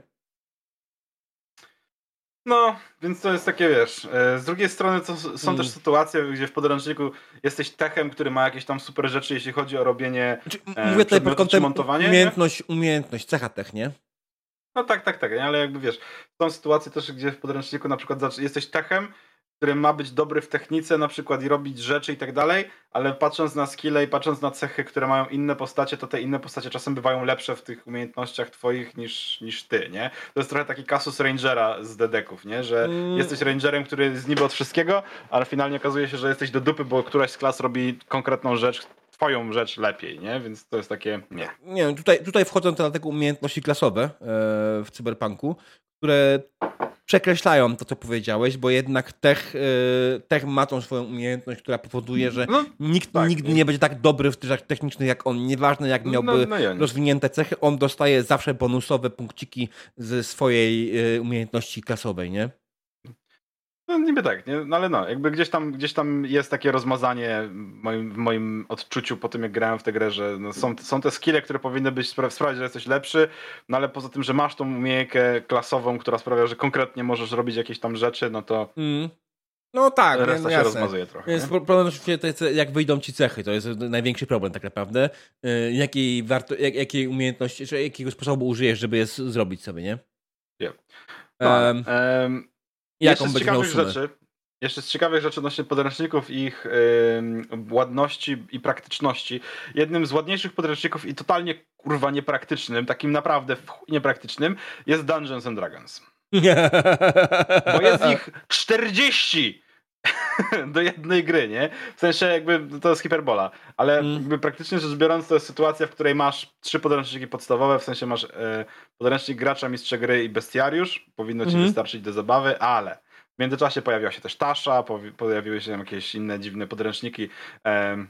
No, więc to jest takie, wiesz, z drugiej strony to są hmm. też sytuacje, gdzie w podręczniku jesteś techem, który ma jakieś tam super rzeczy, jeśli chodzi o robienie znaczy, mówię tutaj pod kątem umiejętność, umiejętność, cecha tech, nie? No tak, tak, tak, ale jakby wiesz, są sytuacje też, gdzie w podręczniku na przykład jesteś techem, który ma być dobry w technice na przykład i robić rzeczy i tak dalej, ale patrząc na skille i patrząc na cechy, które mają inne postacie, to te inne postacie czasem bywają lepsze w tych umiejętnościach twoich niż, niż ty, nie? To jest trochę taki kasus Rangera z dedeków, nie? Że mm. jesteś Rangerem, który jest niby od wszystkiego, ale finalnie okazuje się, że jesteś do dupy, bo któraś z klas robi konkretną rzecz, twoją rzecz lepiej, nie? Więc to jest takie... Nie, nie tutaj, tutaj wchodzą te dlatego umiejętności klasowe e, w Cyberpunku, które przekreślają to, co powiedziałeś, bo jednak tech, tech ma tą swoją umiejętność, która powoduje, że no, nikt tak, nigdy nie. nie będzie tak dobry w rzeczach technicznych jak on. Nieważne jak miałby no, no ja rozwinięte cechy, on dostaje zawsze bonusowe punkciki ze swojej umiejętności klasowej, nie? No niby tak, nie? No ale no, jakby gdzieś tam, gdzieś tam jest takie rozmazanie w moim, w moim odczuciu po tym, jak grałem w tę grę, że no są, są te skille, które powinny być sprawiać, że jesteś lepszy, no ale poza tym, że masz tą umiejętkę klasową, która sprawia, że konkretnie możesz robić jakieś tam rzeczy, no to mm. no tak, reszta nie, się rozmazuje trochę. Jest nie? Problem oczywiście, jak wyjdą ci cechy, to jest największy problem tak naprawdę. Jakiej, warto, jak, jakiej umiejętności, czy jakiego sposobu użyjesz, żeby je zrobić sobie, nie? Yeah. No, um, um, Jaką będzie miał sumę? Rzeczy, jeszcze z ciekawych rzeczy odnośnie podręczników i ich yy, ładności i praktyczności. Jednym z ładniejszych podręczników i totalnie kurwa niepraktycznym, takim naprawdę niepraktycznym, jest Dungeons and Dragons. Bo jest ich czterdzieści do jednej gry, nie? W sensie jakby to jest hiperbola, ale mm. jakby praktycznie rzecz biorąc to jest sytuacja, w której masz trzy podręczniki podstawowe, w sensie masz e, podręcznik gracza, mistrza gry i bestiariusz, powinno ci mm. wystarczyć do zabawy, ale w międzyczasie pojawiła się też Tasza, pojawiły się jakieś inne dziwne podręczniki e,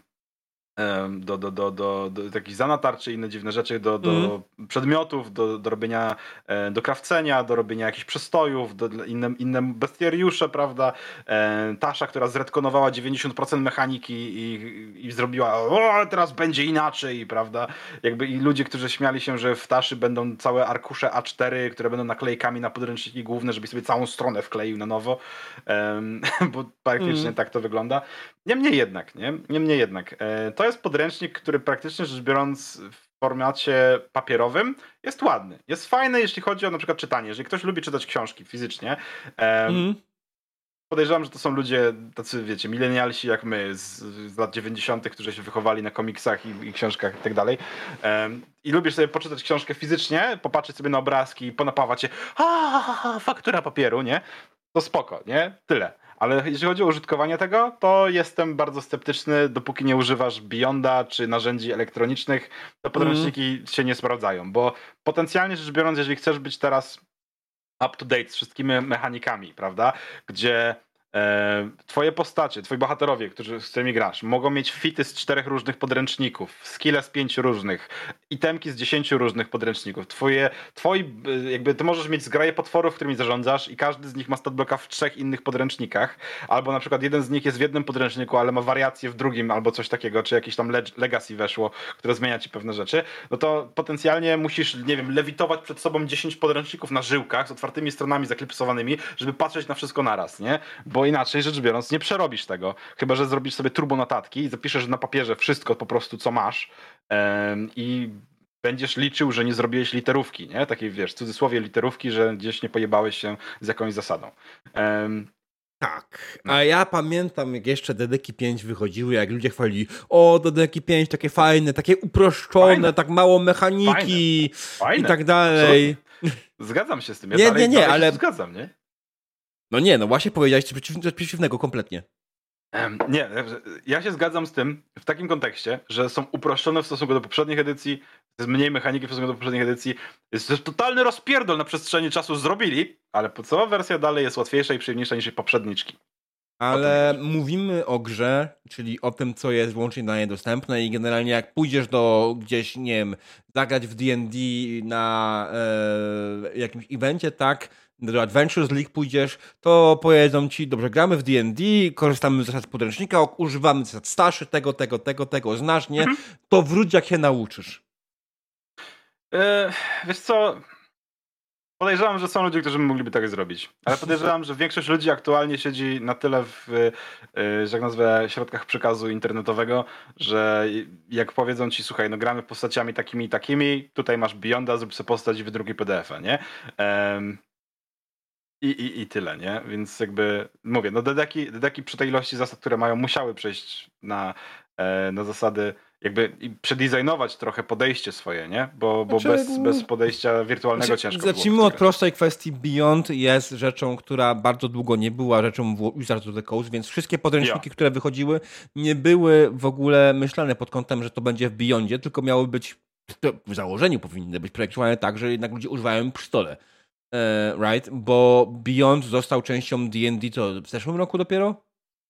Do, do, do, do, do takich zanatar czy inne dziwne rzeczy, do, do mm. przedmiotów, do, do robienia, do krawcenia, do robienia jakichś przestojów, do inne, inne bestiariusze, prawda? Tasza, która zretkonowała dziewięćdziesiąt procent mechaniki i, i zrobiła o, teraz będzie inaczej, prawda? Jakby i ludzie, którzy śmiali się, że w Taszy będą całe arkusze A cztery, które będą naklejkami na podręczniki główne, żeby sobie całą stronę wkleił na nowo, um, bo praktycznie mm. tak to wygląda. Niemniej jednak, nie? Niemniej jednak. To jest podręcznik, który praktycznie rzecz biorąc w formacie papierowym jest ładny. Jest fajny, jeśli chodzi o na przykład czytanie. Jeżeli ktoś lubi czytać książki fizycznie, mm. podejrzewam, że to są ludzie tacy, wiecie, milenialsi jak my z, z lat dziewięćdziesiątych, którzy się wychowali na komiksach i, i książkach i tak dalej. I lubisz sobie poczytać książkę fizycznie, popatrzeć sobie na obrazki, ponapawać się, a faktura papieru, nie? To spoko, nie? Tyle. Ale jeśli chodzi o użytkowanie tego, to jestem bardzo sceptyczny, dopóki nie używasz Beyonda czy narzędzi elektronicznych, to podręczniki mm. się nie sprawdzają, bo potencjalnie rzecz biorąc, jeżeli chcesz być teraz up to date z wszystkimi mechanikami, prawda, gdzie e, twoje postacie, twoi bohaterowie, którzy, z którymi grasz, mogą mieć fity z czterech różnych podręczników, skille z pięciu różnych, itemki z dziesięciu różnych podręczników. Twoje, twoi, jakby ty możesz mieć zgraje potworów, którymi zarządzasz i każdy z nich ma statblocka w trzech innych podręcznikach, albo na przykład jeden z nich jest w jednym podręczniku, ale ma wariacje w drugim, albo coś takiego, czy jakieś tam legacy weszło, które zmienia ci pewne rzeczy, no to potencjalnie musisz, nie wiem, lewitować przed sobą dziesięć podręczników na żyłkach z otwartymi stronami zaklipsowanymi, żeby patrzeć na wszystko naraz, nie? Bo inaczej rzecz biorąc nie przerobisz tego. Chyba że zrobisz sobie turbo notatki i zapiszesz na papierze wszystko po prostu co masz yy, i będziesz liczył, że nie zrobiłeś literówki, nie? Takiej wiesz, w cudzysłowie literówki, że gdzieś nie pojebałeś się z jakąś zasadą. Yy, tak, a ja pamiętam jak jeszcze D D K pięć wychodziły, jak ludzie chwalili, o D D K pięć takie fajne, takie uproszczone, fajne. Tak mało mechaniki fajne. Fajne. I tak dalej. Zgadzam się z tym. Ja nie, dalej, nie, nie, dalej ale... zgadzam, nie? No nie, no właśnie powiedziałeś coś przeciwnego kompletnie. Um, nie, ja się zgadzam z tym w takim kontekście, że są uproszczone w stosunku do poprzednich edycji, jest mniej mechaniki w stosunku do poprzednich edycji, jest to totalny rozpierdol na przestrzeni czasu zrobili, ale podstawowa wersja dalej jest łatwiejsza i przyjemniejsza niż jej poprzedniczki. Ale mówimy o grze, czyli o tym, co jest wyłącznie dla niej dostępne i generalnie jak pójdziesz do gdzieś, nie wiem, zagrać w D and D na e, jakimś evencie, tak, do Adventures League pójdziesz, to powiedzą ci, dobrze, gramy w D and D, korzystamy z zasad podręcznika, używamy zasad starszy, tego, tego, tego, tego, znasz, nie? Mhm. To wróć, jak się nauczysz. E, wiesz co... Podejrzewam, że są ludzie, którzy mogliby tak zrobić, ale podejrzewam, że większość ludzi aktualnie siedzi na tyle w, że jak nazwę, środkach przekazu internetowego, że jak powiedzą ci, słuchaj, no gramy postaciami takimi i takimi, tutaj masz Beyonda, zrób sobie postać i wydrukuj P D F a, nie? Um, i, i, I tyle, nie? Więc jakby, mówię, no dedeki, dedeki przy tej ilości zasad, które mają, musiały przejść na, na zasady jakby i przedesignować trochę podejście swoje, nie? Bo, bo znaczy, bez, bez podejścia wirtualnego znaczy, ciężko było. Zacznijmy od prostej kwestii. Beyond jest rzeczą, która bardzo długo nie była rzeczą w Wizards of the Coast, więc wszystkie podręczniki, ja. które wychodziły, nie były w ogóle myślane pod kątem, że to będzie w Beyondzie, tylko miały być, w założeniu powinny być projektowane tak, że jednak ludzie używają przy stole. Uh, right? Bo Beyond został częścią D and D co, w zeszłym roku dopiero?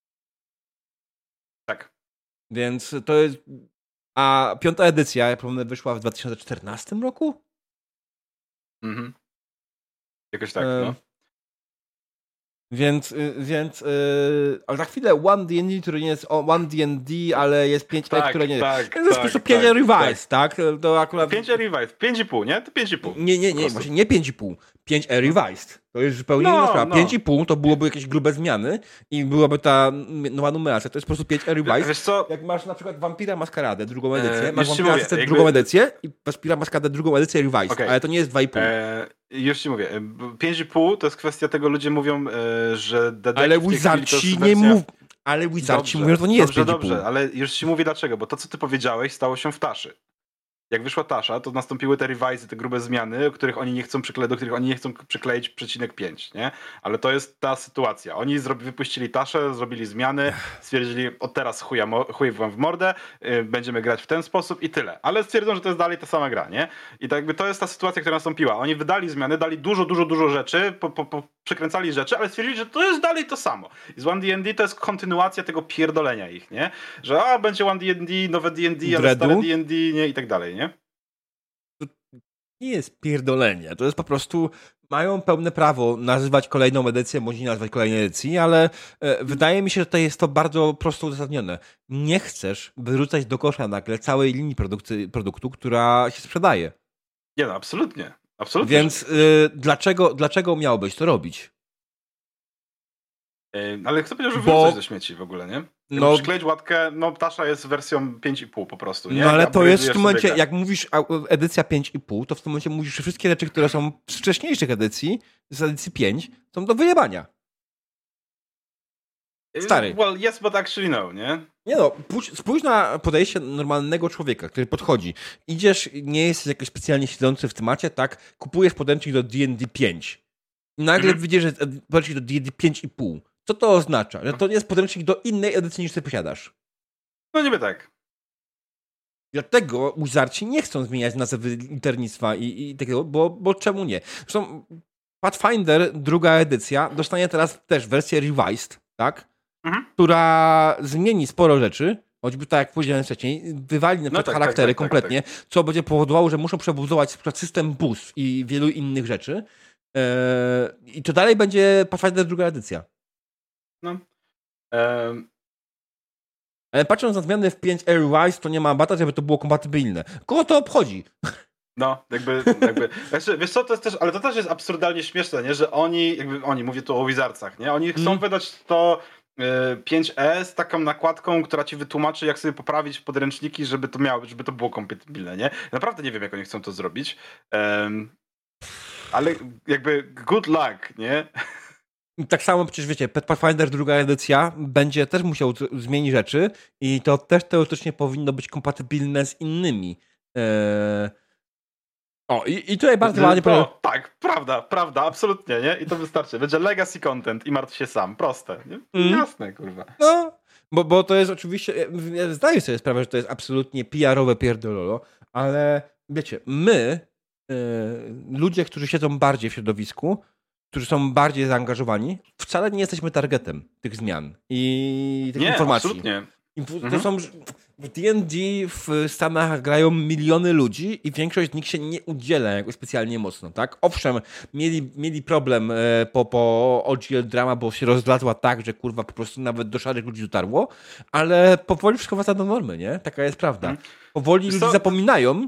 Tak. Więc to jest... A piąta edycja, jak przypomnę, wyszła w dwa tysiące czternastym roku? Mhm. Jakoś tak, e... no. Więc, więc yy, ale za chwilę One D and D, który nie jest One D and D, ale jest pięć e, tak, które nie tak, jest. To jest tak, po prostu pięć tak, Revised, tak? tak? To akurat... pięć Revised, pięć i pół, nie? To pięć i pół. Nie, nie, nie, właśnie nie pięć i pół. pięć E Revised. To jest zupełnie No, inna sprawa. no. pięć i pół to byłoby jakieś grube zmiany i byłaby ta nowa numeracja. To jest po prostu pięć E Revised. Wiesz co? Jak masz na przykład Vampira Masqueradę, drugą edycję, Eee, masz już ci Vampira mówię, Masqueradę, jakby- drugą edycję i Vampira Masqueradę, drugą edycję Revised. Okej. Ale to nie jest dwa i pół. E, już ci mówię, pięć i pół to jest kwestia tego, ludzie mówią, e, że Dedeki Ale w tej chwili to Wizardci jest nie wersja- mów... Ale Wizardci Dobrze, mówią, że to nie jest dobrze, pięć i pół. dobrze, ale już ci mówię dlaczego, bo to, co ty powiedziałeś, stało się w Taszy. Jak wyszła Tasza, to nastąpiły te revisy, te grube zmiany, których oni nie chcą przykleić, do których oni nie chcą przykleić przecinek pięć, nie? Ale to jest ta sytuacja. Oni zrobi, wypuścili Taszę, zrobili zmiany, stwierdzili, od teraz chuja, chuj wam w mordę, yy, będziemy grać w ten sposób i tyle. Ale stwierdzą, że to jest dalej ta sama gra, nie? I tak jakby to jest ta sytuacja, która nastąpiła. Oni wydali zmiany, dali dużo, dużo, dużo rzeczy, po, po, po, przekręcali rzeczy, ale stwierdzili, że to jest dalej to samo. I z One D and D to jest kontynuacja tego pierdolenia ich, nie? Że a, będzie One D and D, nowe D and D, ale Dreadu? stare D and D, nie? I tak dalej, nie? Nie jest pierdolenie. To jest po prostu... Mają pełne prawo nazywać kolejną edycję, bądź nie nazwać kolejnej edycji, ale e, wydaje mi się, że to jest to bardzo prosto uzasadnione. Nie chcesz wyrzucać do kosza nagle całej linii produkty, produktu, która się sprzedaje. Nie no, absolutnie. Absolutnie. Więc e, dlaczego, dlaczego miałbyś to robić? Yy, ale kto powiedział, że Bo- wyrzucać do śmieci w ogóle, nie? No- No, przykleić łatkę, no Tasza jest wersją pięć i pół po prostu, nie? No ale to jest w Upgrade'ujesz tym momencie, sobie grę. jak mówisz a, edycja pięć i pół, to w tym momencie mówisz, że wszystkie rzeczy, które są z wcześniejszych edycji, z edycji pięć, są do wyjebania. Stary. Yy, Well, yes, but actually no, nie? Nie no, pójdź, spójrz na podejście normalnego człowieka, który podchodzi. Idziesz, nie jesteś jakoś specjalnie siedzący w temacie, tak? Kupujesz podręcznik do D and D pięć. I nagle Mhm. widzisz, że jest podręcznik do D and D pięć i pół. Co to oznacza? Że to nie jest podręcznik do innej edycji niż ty posiadasz. No niby tak. Dlatego Wizardci nie chcą zmieniać nazwy liternictwa i, i takiego, bo, bo czemu nie? Zresztą Pathfinder, druga edycja, dostanie teraz też wersję revised, tak? Mhm. Która zmieni sporo rzeczy, choćby tak jak powiedziałem wcześniej, wywali na przykład tak, charaktery tak, tak, kompletnie, co będzie powodowało, że muszą przebudować na przykład system boost i wielu innych rzeczy. Eee, I to dalej będzie Pathfinder druga edycja. No. Ehm, Ale patrząc na zmiany w pięć R Wise, to nie ma bata, żeby to było kompatybilne. Kogo to obchodzi? no, jakby, jakby znaczy, wiesz co, to jest też, ale to też jest absurdalnie śmieszne, nie? Że oni, jakby oni, mówię tu o Wizardsach, nie? Oni chcą Mm. wydać to y, pięć E z taką nakładką, która ci wytłumaczy, jak sobie poprawić podręczniki, żeby to miało, żeby to było kompatybilne, nie? Naprawdę nie wiem, jak oni chcą to zrobić. Um, ale jakby good luck, nie? Tak samo przecież wiecie, Pathfinder druga edycja będzie też musiał z- zmienić rzeczy i to też teoretycznie powinno być kompatybilne z innymi. Eee... O, i, i tutaj bardzo ładnie... No, tak, prawda, prawda, absolutnie, nie? I to wystarczy. Będzie legacy content i martw się sam. Proste, nie? Mm. Jasne, kurwa. No, bo, bo to jest oczywiście... ja- ja Zdaję sobie sprawę, że to jest absolutnie P R-owe pierdololo, ale wiecie, my, e, ludzie, którzy siedzą bardziej w środowisku, którzy są bardziej zaangażowani, wcale nie jesteśmy targetem tych zmian i tych Nie, informacji. absolutnie. I w- to Mhm. są, w D and D w Stanach grają miliony ludzi i większość z nich się nie udziela jakoś specjalnie mocno, tak? Owszem, mieli, mieli problem e, po, po O G L Drama, bo się rozlazła tak, że kurwa po prostu nawet do szarych ludzi dotarło, ale powoli wszystko wraca do normy, nie? Taka jest prawda. Mhm. Powoli Wiesz ludzie co? zapominają.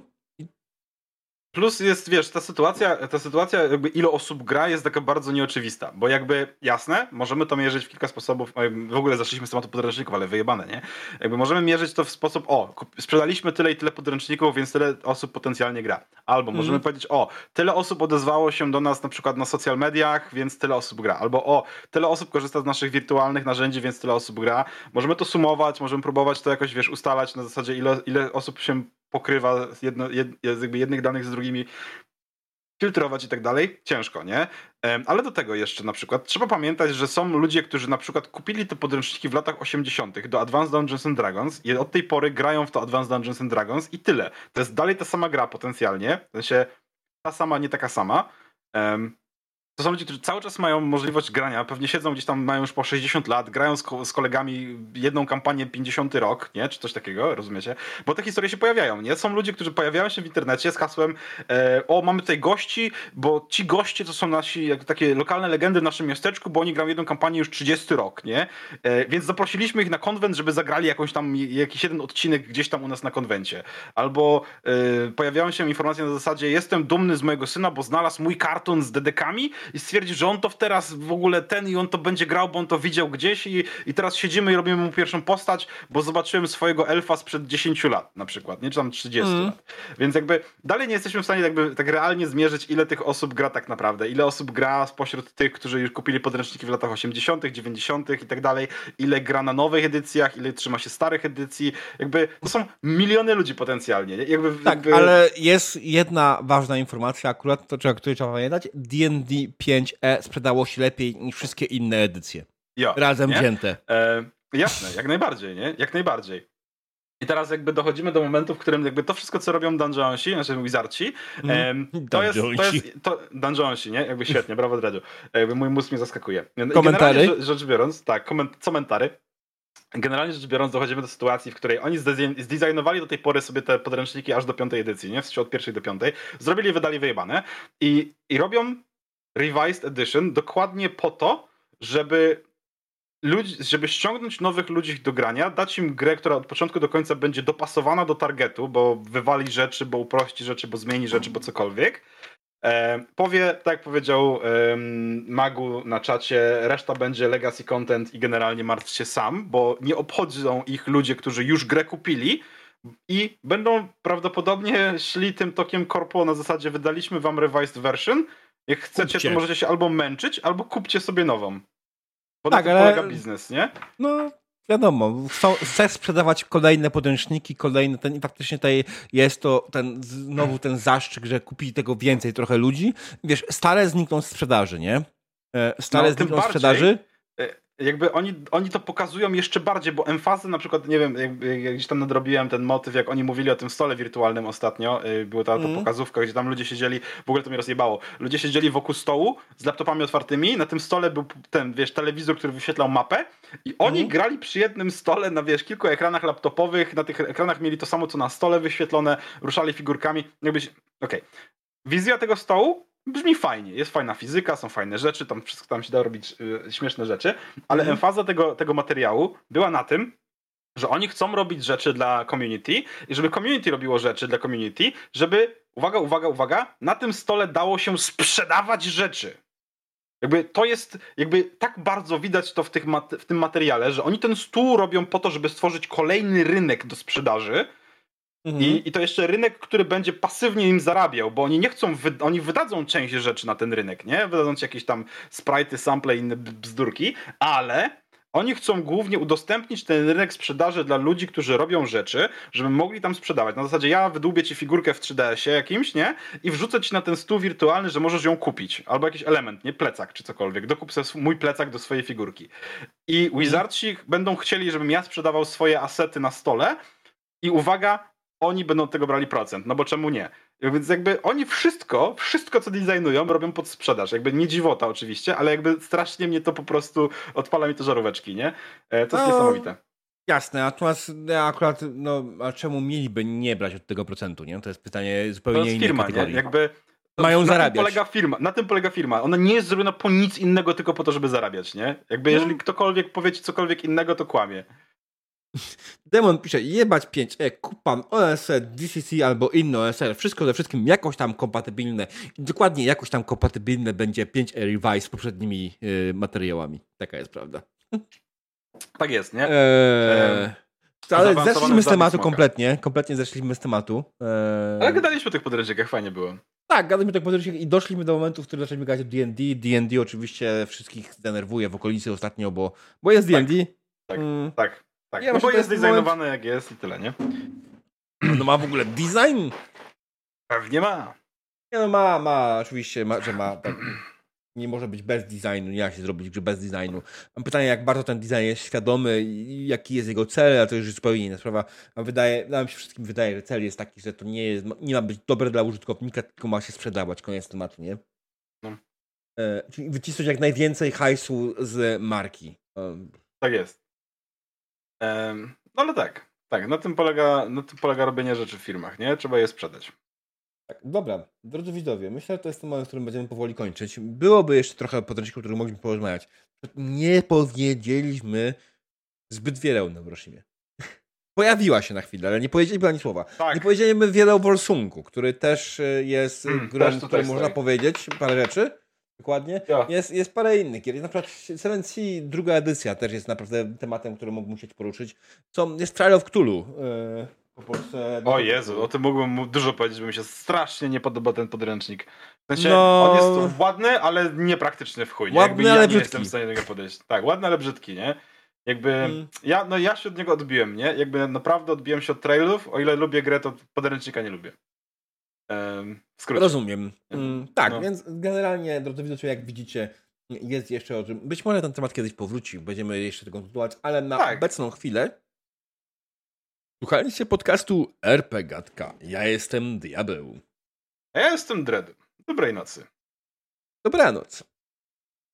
Plus jest, wiesz, ta sytuacja, ta sytuacja jakby ile osób gra jest taka bardzo nieoczywista, bo jakby jasne, możemy to mierzyć w kilka sposobów, w ogóle zaszliśmy z tematu podręczników, ale wyjebane, nie? Jakby możemy mierzyć to w sposób, o, kup- sprzedaliśmy tyle i tyle podręczników, więc tyle osób potencjalnie gra. Albo możemy Mhm. powiedzieć, o, tyle osób odezwało się do nas na przykład na social mediach, więc tyle osób gra. Albo o, tyle osób korzysta z naszych wirtualnych narzędzi, więc tyle osób gra. Możemy to sumować, możemy próbować to jakoś, wiesz, ustalać na zasadzie ile, ile osób się pokrywa z jedno, jed, z jakby jednych danych z drugimi, filtrować i tak dalej, ciężko, nie? Em, Ale do tego jeszcze na przykład trzeba pamiętać, że są ludzie, którzy na przykład kupili te podręczniki w latach osiemdziesiątych do Advanced Dungeons and Dragons i od tej pory grają w to Advanced Dungeons and Dragons i tyle. To jest dalej ta sama gra potencjalnie, w sensie ta sama, nie taka sama. Em, To są ludzie, którzy cały czas mają możliwość grania, pewnie siedzą gdzieś tam, mają już po sześćdziesiąt lat, grają z, ko- z kolegami jedną kampanię pięćdziesiąty rok, nie? Czy coś takiego, rozumiecie? Bo te historie się pojawiają, nie? Są ludzie, którzy pojawiają się w internecie z hasłem e, o, mamy tutaj gości, bo ci goście to są nasi jak, takie lokalne legendy w naszym miasteczku, bo oni grają jedną kampanię już trzydziesty rok, nie? E, więc zaprosiliśmy ich na konwent, żeby zagrali jakąś tam, jakiś jeden odcinek gdzieś tam u nas na konwencie. Albo e, pojawiają się informacje na zasadzie jestem dumny z mojego syna, bo znalazł mój karton z dedekami i stwierdził, że on to teraz w ogóle ten i on to będzie grał, bo on to widział gdzieś i, i teraz siedzimy i robimy mu pierwszą postać, bo zobaczyłem swojego elfa sprzed dziesięciu lat na przykład, nie? Czy tam trzydziestu mm. lat. Więc jakby dalej nie jesteśmy w stanie jakby tak realnie zmierzyć, ile tych osób gra tak naprawdę. Ile osób gra spośród tych, którzy już kupili podręczniki w latach osiemdziesiątych, dziewięćdziesiątych i tak dalej. Ile gra na nowych edycjach, ile trzyma się starych edycji. Jakby to są miliony ludzi potencjalnie. Nie? Jakby, tak, jakby... ale jest jedna ważna informacja akurat, to, o której trzeba pamiętać. D and D pięć e sprzedało się lepiej niż wszystkie inne edycje. Jo, razem nie? wzięte. E, jasne, jak najbardziej, nie? Jak najbardziej. I teraz jakby dochodzimy do momentu, w którym jakby to wszystko, co robią Dungeonsi, znaczy Wizardci, mm. e, to, jest, to jest... To, Dungeonsi, nie? Jakby świetnie, brawo Dredziu. Jakby mój mózg mnie zaskakuje. Komentary? Generalnie rzecz biorąc, tak, koment- komentary. Generalnie rzecz biorąc, dochodzimy do sytuacji, w której oni zdesignowali do tej pory sobie te podręczniki aż do piątej edycji, nie? W sensie od pierwszej do piątej. Zrobili, wydali wyjebane. I, i robią Revised Edition dokładnie po to, żeby ludzi, żeby ściągnąć nowych ludzi do grania, dać im grę, która od początku do końca będzie dopasowana do targetu, bo wywali rzeczy, bo uprości rzeczy, bo zmieni rzeczy, bo cokolwiek. E, powie, tak jak powiedział e, Magu na czacie, reszta będzie legacy content i generalnie martw się sam, bo nie obchodzą ich ludzie, którzy już grę kupili i będą prawdopodobnie szli tym tokiem korpo na zasadzie wydaliśmy wam revised version, jak chcecie, kupcie. To możecie się albo męczyć, albo kupcie sobie nową. Bo tak, na tym ale... polega biznes, nie? No... Wiadomo, chcą, chce sprzedawać kolejne podręczniki, kolejne ten i faktycznie tutaj jest to ten, znowu ten zaszczyt, że kupili tego więcej trochę ludzi. Wiesz, stare znikną z sprzedaży, nie? Stare no, znikną z sprzedaży. Jakby oni, oni to pokazują jeszcze bardziej, bo emfazy na przykład, nie wiem, jak, jak gdzieś tam nadrobiłem ten motyw, jak oni mówili o tym stole wirtualnym ostatnio, była ta, ta mm. pokazówka, gdzie tam ludzie siedzieli, w ogóle to mnie rozjebało, ludzie siedzieli wokół stołu z laptopami otwartymi, na tym stole był ten, wiesz, telewizor, który wyświetlał mapę i oni mm. grali przy jednym stole na, wiesz, kilku ekranach laptopowych, na tych ekranach mieli to samo, co na stole wyświetlone, ruszali figurkami, jakbyś, okej. Okay. Wizja tego stołu brzmi fajnie, jest fajna fizyka, są fajne rzeczy, tam wszystko tam się da robić y, śmieszne rzeczy, ale mm. emfaza tego, tego materiału była na tym, że oni chcą robić rzeczy dla community i żeby community robiło rzeczy dla community, żeby, uwaga, uwaga, uwaga, na tym stole dało się sprzedawać rzeczy. Jakby to jest, jakby tak bardzo widać to w, tych mat- w tym materiale, że oni ten stół robią po to, żeby stworzyć kolejny rynek do sprzedaży. Mhm. I, I to jeszcze rynek, który będzie pasywnie im zarabiał, bo oni nie chcą, wy, oni wydadzą część rzeczy na ten rynek, nie? Wydadzą ci jakieś tam sprite'y, sample i inne bzdurki, ale oni chcą głównie udostępnić ten rynek sprzedaży dla ludzi, którzy robią rzeczy, żeby mogli tam sprzedawać. Na zasadzie ja wydłubię ci figurkę w trzy D S ie jakimś, nie? I wrzucę ci na ten stół wirtualny, że możesz ją kupić. Albo jakiś element, nie? Plecak czy cokolwiek. Dokup sobie mój plecak do swojej figurki. I Wizardsi mhm. będą chcieli, żebym ja sprzedawał swoje asety na stole i uwaga, oni będą od tego brali procent, no bo czemu nie? Więc jakby oni wszystko, wszystko co designują, robią pod sprzedaż. Jakby nie dziwota oczywiście, ale jakby strasznie mnie to po prostu odpala mi te żaróweczki, nie? To jest no, niesamowite. Jasne, a teraz akurat, no, a czemu mieliby nie brać od tego procentu, nie? To jest pytanie zupełnie innej firma, kategorii. Nie? Jakby mają na zarabiać. Tym polega firma, na tym polega firma. Ona nie jest zrobiona po nic innego, tylko po to, żeby zarabiać, nie? Jakby jeżeli no. ktokolwiek powie ci cokolwiek innego, to kłamie. Demon pisze, jebać pięć e, kupam O S R, D C C albo inne O S R, wszystko ze wszystkim jakoś tam kompatybilne i dokładnie jakoś tam kompatybilne będzie pięć e Revise z poprzednimi y, materiałami. Taka jest prawda. Tak jest, nie? Eee, ale zeszliśmy z tematu kompletnie, kompletnie zeszliśmy z tematu. Eee, ale gadaliśmy o tych podręcznikach, fajnie było. Tak, gadaliśmy o tych podręcznikach i doszliśmy do momentu, w którym zaczęliśmy gadać o D and D. D and D oczywiście wszystkich zdenerwuje w okolicy ostatnio, bo, bo jest D and D. Tak, tak, mm. tak. Tak, ja no bo jest designowane moment... jak jest i tyle, nie? No ma w ogóle design? Pewnie ma. Nie no ma, ma, oczywiście, ma, że ma. Tak, nie może być bez designu, nie da się zrobić gry bez designu. Mam pytanie, jak bardzo ten design jest świadomy i jaki jest jego cel, a to już jest zupełnie inna sprawa. Wydaje, nam się wszystkim wydaje, że cel jest taki, że to nie jest, nie ma być dobre dla użytkownika, tylko ma się sprzedawać. Koniec tematu, nie? No. E, czyli wycisnąć jak najwięcej hajsu z marki. Um. Tak jest. Um, no ale tak. Tak, na tym polega, na tym polega robienie rzeczy w firmach, nie? Trzeba je sprzedać. Tak, dobra, drodzy widzowie, myślę, że to jest ten moment, w którym będziemy powoli kończyć. Byłoby jeszcze trochę podręczników, o których mogliśmy porozmawiać. Nie powiedzieliśmy zbyt wiele o Neuroshimie. Pojawiła się na chwilę, ale nie powiedzieliśmy ani słowa. Tak. Nie powiedzieliśmy wiele o Wolsungu, który też jest hmm, grą, też której można powiedzieć parę rzeczy. Dokładnie. Ja. Jest, jest parę innych gier. Jest na przykład Seven Sea, druga edycja też jest naprawdę tematem, który mógłbym chcieć poruszyć. Co jest Trial of Cthulhu. Yy, po Polsce, o Jezu, o tym mógłbym dużo powiedzieć, bo mi się strasznie nie podoba ten podręcznik. W sensie, no... on jest ładny, ale niepraktyczny w chuj. Nie? Ładny, Jakby ale ja brzydki. nie jestem w stanie do niego podejść. Tak, ładny, ale brzydki, nie? Jakby, hmm. ja, no ja się od niego odbiłem, nie? Jakby naprawdę odbiłem się od trailów, o ile lubię grę, to podręcznika nie lubię. Um, w skrócie. Rozumiem. Mm, tak, no. więc generalnie, drodzy widzowie, jak widzicie, jest jeszcze o czym. Być może ten temat kiedyś powróci, będziemy jeszcze tego kontynuować, ale na tak. obecną chwilę słuchaliście podcastu RPGatka. Ja jestem Diabeł. A ja jestem Dread. Dobrej nocy. Dobranoc.